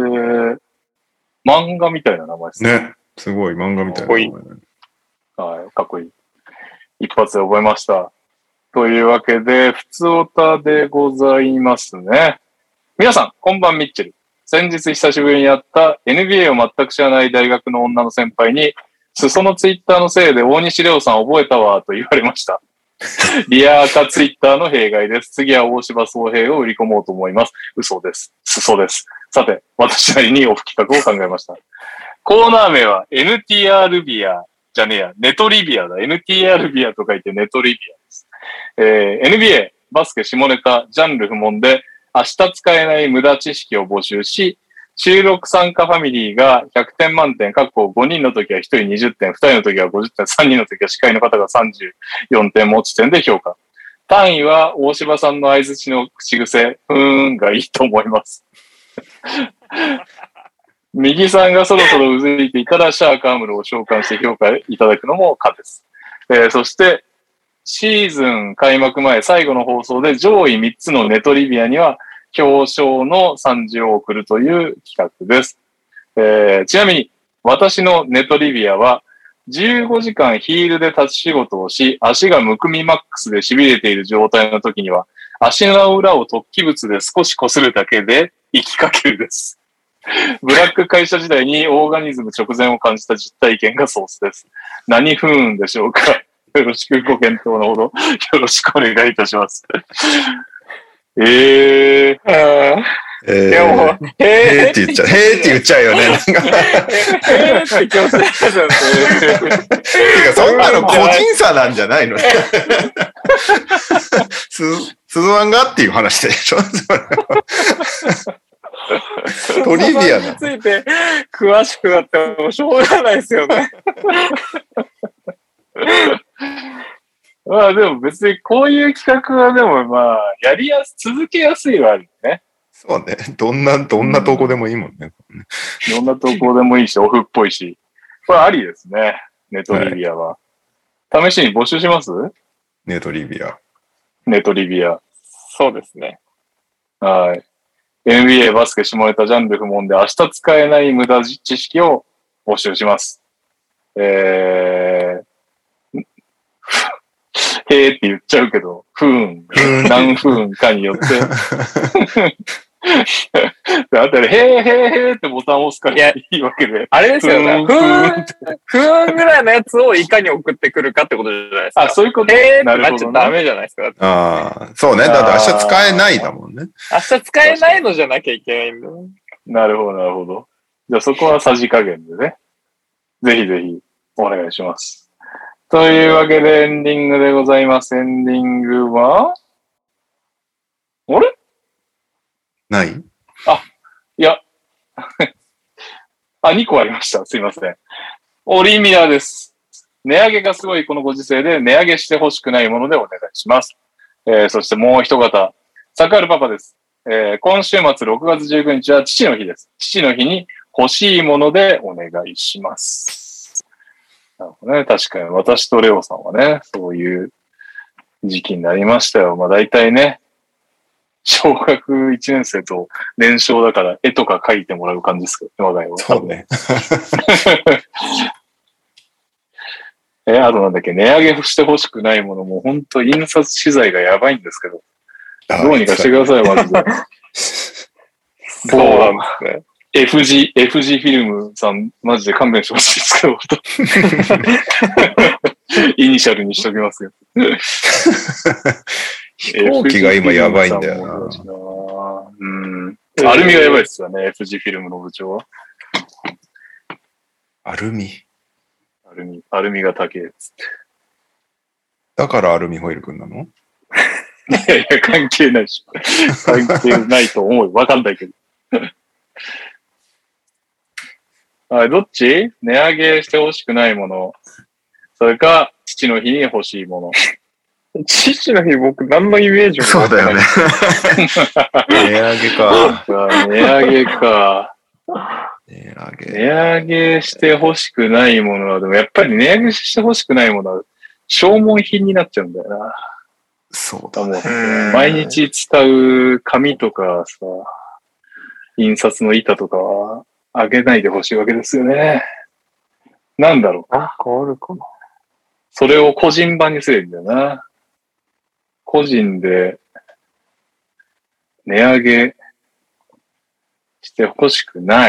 漫画みたいな名前ですね。 ね。すごい、漫画みたいな名前、ね。 はい、かっこいい。一発で覚えました。というわけで、ふつおたでございますね。皆さん、こんばんミッチェル。先日久しぶりに会った エヌビーエー を全く知らない大学の女の先輩に、裾のツイッターのせいで大西レオさん覚えたわと言われました。リアーカツイッターの弊害です。次は大柴総平を売り込もうと思います。嘘です。裾です。さて、私なりにオフ企画を考えました。コーナー名は エヌティーアール ビアじゃねえや、ネトリビアだ。エヌティーアール ビアと書いてネトリビアです。えー、エヌビーエー、バスケ下ネタ、ジャンル不問で、 明日使えない無駄知識を募集し、収録参加ファミリーがひゃくてん満点、過去ごにんの時はひとりにじゅってん、ふたりの時はごじゅってん、さんにんの時は司会の方がさんじゅうよんてん持ち点で評価。単位は大柴さんの相槌の口癖、ふーんがいいと思います。右さんがそろそろうずいていたらシャーカームルを召喚して評価いただくのも可です。えー、そして、シーズン開幕前最後の放送で上位みっつのネトリビアには表彰の賛辞を送るという企画です。えー、ちなみに私のネトリビアはじゅうごじかんヒールで立ち仕事をし、足がむくみマックスで痺れている状態の時には足の裏を突起物で少し擦るだけで生きかけるです。ブラック会社時代にオーガニズム直前を感じた実体験がソースです。何不運でしょうか。よろしくご検討のほどよろしくお願いいたします。えー、 えー、でも、へーって言っちゃう。へーって言っちゃうよね。なんかへーって気持ちですよね。 てか、そんなの個人差なんじゃないのす、スズワンがっていう話でしょトリビアな。 について詳しくなってもしょうがないですよね。 まあでも別にこういう企画はでもまあやりやす、続けやすいはあるよね。 そうね。どんな、どんな投稿でもいいもんね。 どんな投稿でもいいし、オフっぽいし。これありですね。ネトリビアは。はい、試しに募集します？ ネトリビア。 ネトリビア。 そうですね。 はい。エヌビーエー バスケ下ネタジャンル不問で明日使えない無駄知識を募集します。えー、へーって言っちゃうけど、不運、何不運かによって。あとで、へーへーへーってボタンを押すからいいわけで。 あれですよね。不運、不運ぐらいのやつをいかに送ってくるかってことじゃないですか。 あ、そういうこと。 へーってなっちゃダメじゃないですか。 ああ、そうね。だって明日使えないだもんね。 明日使えないのじゃなきゃいけないんだ。 なるほど、なるほど。じゃあそこはさじ加減でね。ぜひぜひお願いします。というわけでエンディングでございます。エンディングはあれないあ、いや。あ、にこありました。すいません。オリミラです。値上げがすごいこのご時世で値上げしてほしくないものでお願いします。えー、そしてもう一方、サカールパパです。えー、今週末ろくがつじゅうくにちは父の日です。父の日に欲しいものでお願いします。なるほどね。確かに私とレオさんはね、そういう時期になりましたよ。まあ大体ね、小学いちねん生と年少だから絵とか描いてもらう感じですけどね、我が家は。 そうね。 え、あとなんだっけ、値上げしてほしくないものも本当印刷資材がやばいんですけど、どうにかしてください、マジで。 そうなんですね。 エフジー、エフジー フィルムさん、マジで勘弁してほしいですけど、イニシャルにしときますよ。 飛行機が今やばいんだよな。 うん。アルミがやばいですよね、エフジー フィルムの部長は。 アルミアルミ、アルミが高いっつって。 だからアルミホイルくんなの？ いやいや、関係ないし。関係ないと思う。わかんないけど。はい、どっち？値上げしてほしくないもの。それか、父の日に欲しいもの。 父の日僕何のイメージもそうだよね。値上げか。 値上げか。 値上げ。 値上げしてほしくないものは、でもやっぱり値上げしてほしくないものは消耗品になっちゃうんだよな。 そうだね。毎日使う紙とかさ、印刷の板とかはあげないでほしいわけですよね。なんだろう。 あ、変わるかな。 それを個人版にすればいいんだよな。個人で値上げしてほしくない。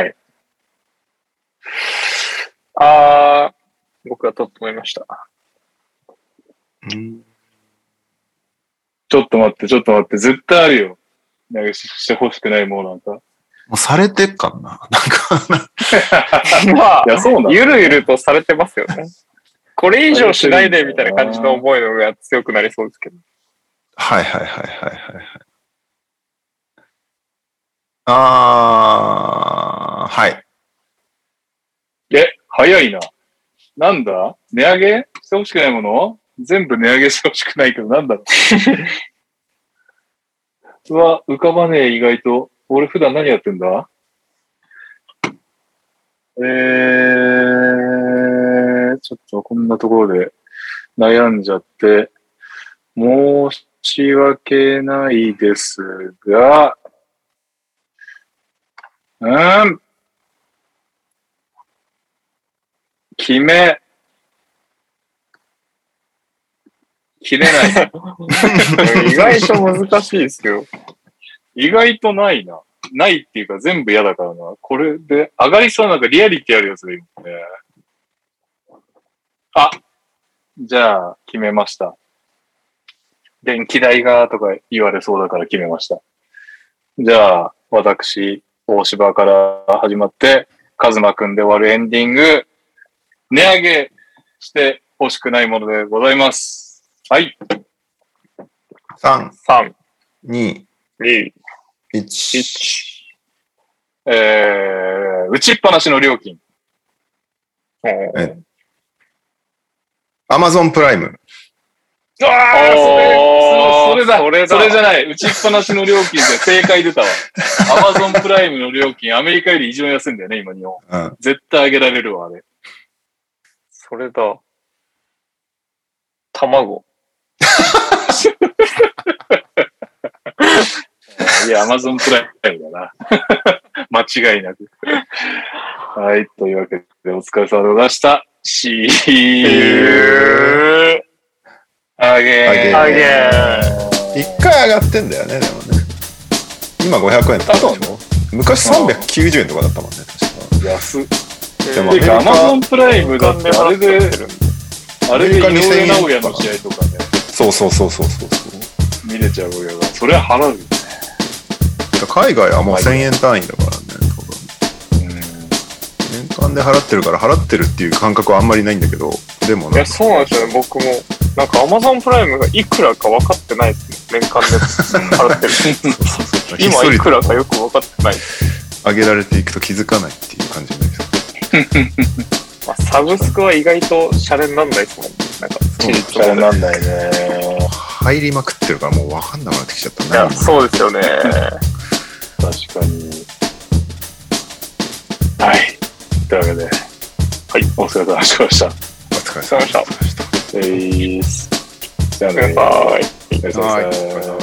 あー、僕はと思いました。 うん、 ちょっと待って、ちょっと待って、絶対あるよ。値上げしてほしくないものなんか。 もうされてっかな。なんかまあ、 いや、そうなの。 ゆるゆるとされてますよね。これ以上しないでみたいな感じの思いのが強くなりそうですけど。 はいはいはいはいはい。 あー、はい。 え、早いな。なんだ値上げしてほしくないもの全部値上げしてほしくないけど、なんだろう。うわ、浮かばねえ、意外と。俺普段何やってんだえー、ちょっとこんなところで悩んじゃって、申し訳ないですが、うーん。決め、切れない。 意外と難しいですよ。 意外とないな。ないっていうか全部嫌だからな。これで上がりそうななんかリアリティあるやつがいるもんね。あ、じゃあ決めました。電気代がとか言われそうだから決めました。じゃあ私、大柴から始まって、カズマくんで終わるエンディング、値上げして欲しくないものでございます。はい。 さん、 さん、 に、 に、 いち。 いち。 えー、打ちっぱなしの料金。 え、アマゾンプライム。 ああ、それ、それだ、それだ。それじゃない。打ちっぱなしの料金じゃ正解出たわ。アマゾンプライムの料金、アメリカより異常に安いんだよね、今日本。うん、絶対上げられるわ、あれ。 それだ。卵。 いや、アマゾンプライムだな。間違いなく。はい。というわけで、お疲れ様でございました。See you again. again. 一回上がってんだよね、でもね。今ごひゃくえんとかでしょ。昔さんびゃくきゅうじゅうえんとかだったもんね、確か。 安っ。でも、アマゾンプライムだってあれで、あれで井上尚弥の試合とかね。 そうそうそうそうそう。 見れちゃうよな。それは払うよね。 海外はもうせんえん単位だからね、多分。年間で払ってるから払ってるっていう感覚はあんまりないんだけど、でもね。 いや、そうなんですよね、僕も。なんか Amazon プライムがいくらか分かってないですね、年間で払ってる。今いくらかよく分かってない。 上げられていくと気づかないっていう感じになりそう。 まあ、サブスクは意外とシャレになんないですもんね。なんか、 シャレになんないね。 入りまくってるからもう分かんなくなってきちゃったね。 いや、そうですよね。 確かに。はい。というわけで、はい、お疲れ様でした。 お疲れ様でした。 えー、 じゃあね。 バイバイ。 お疲れ様でした。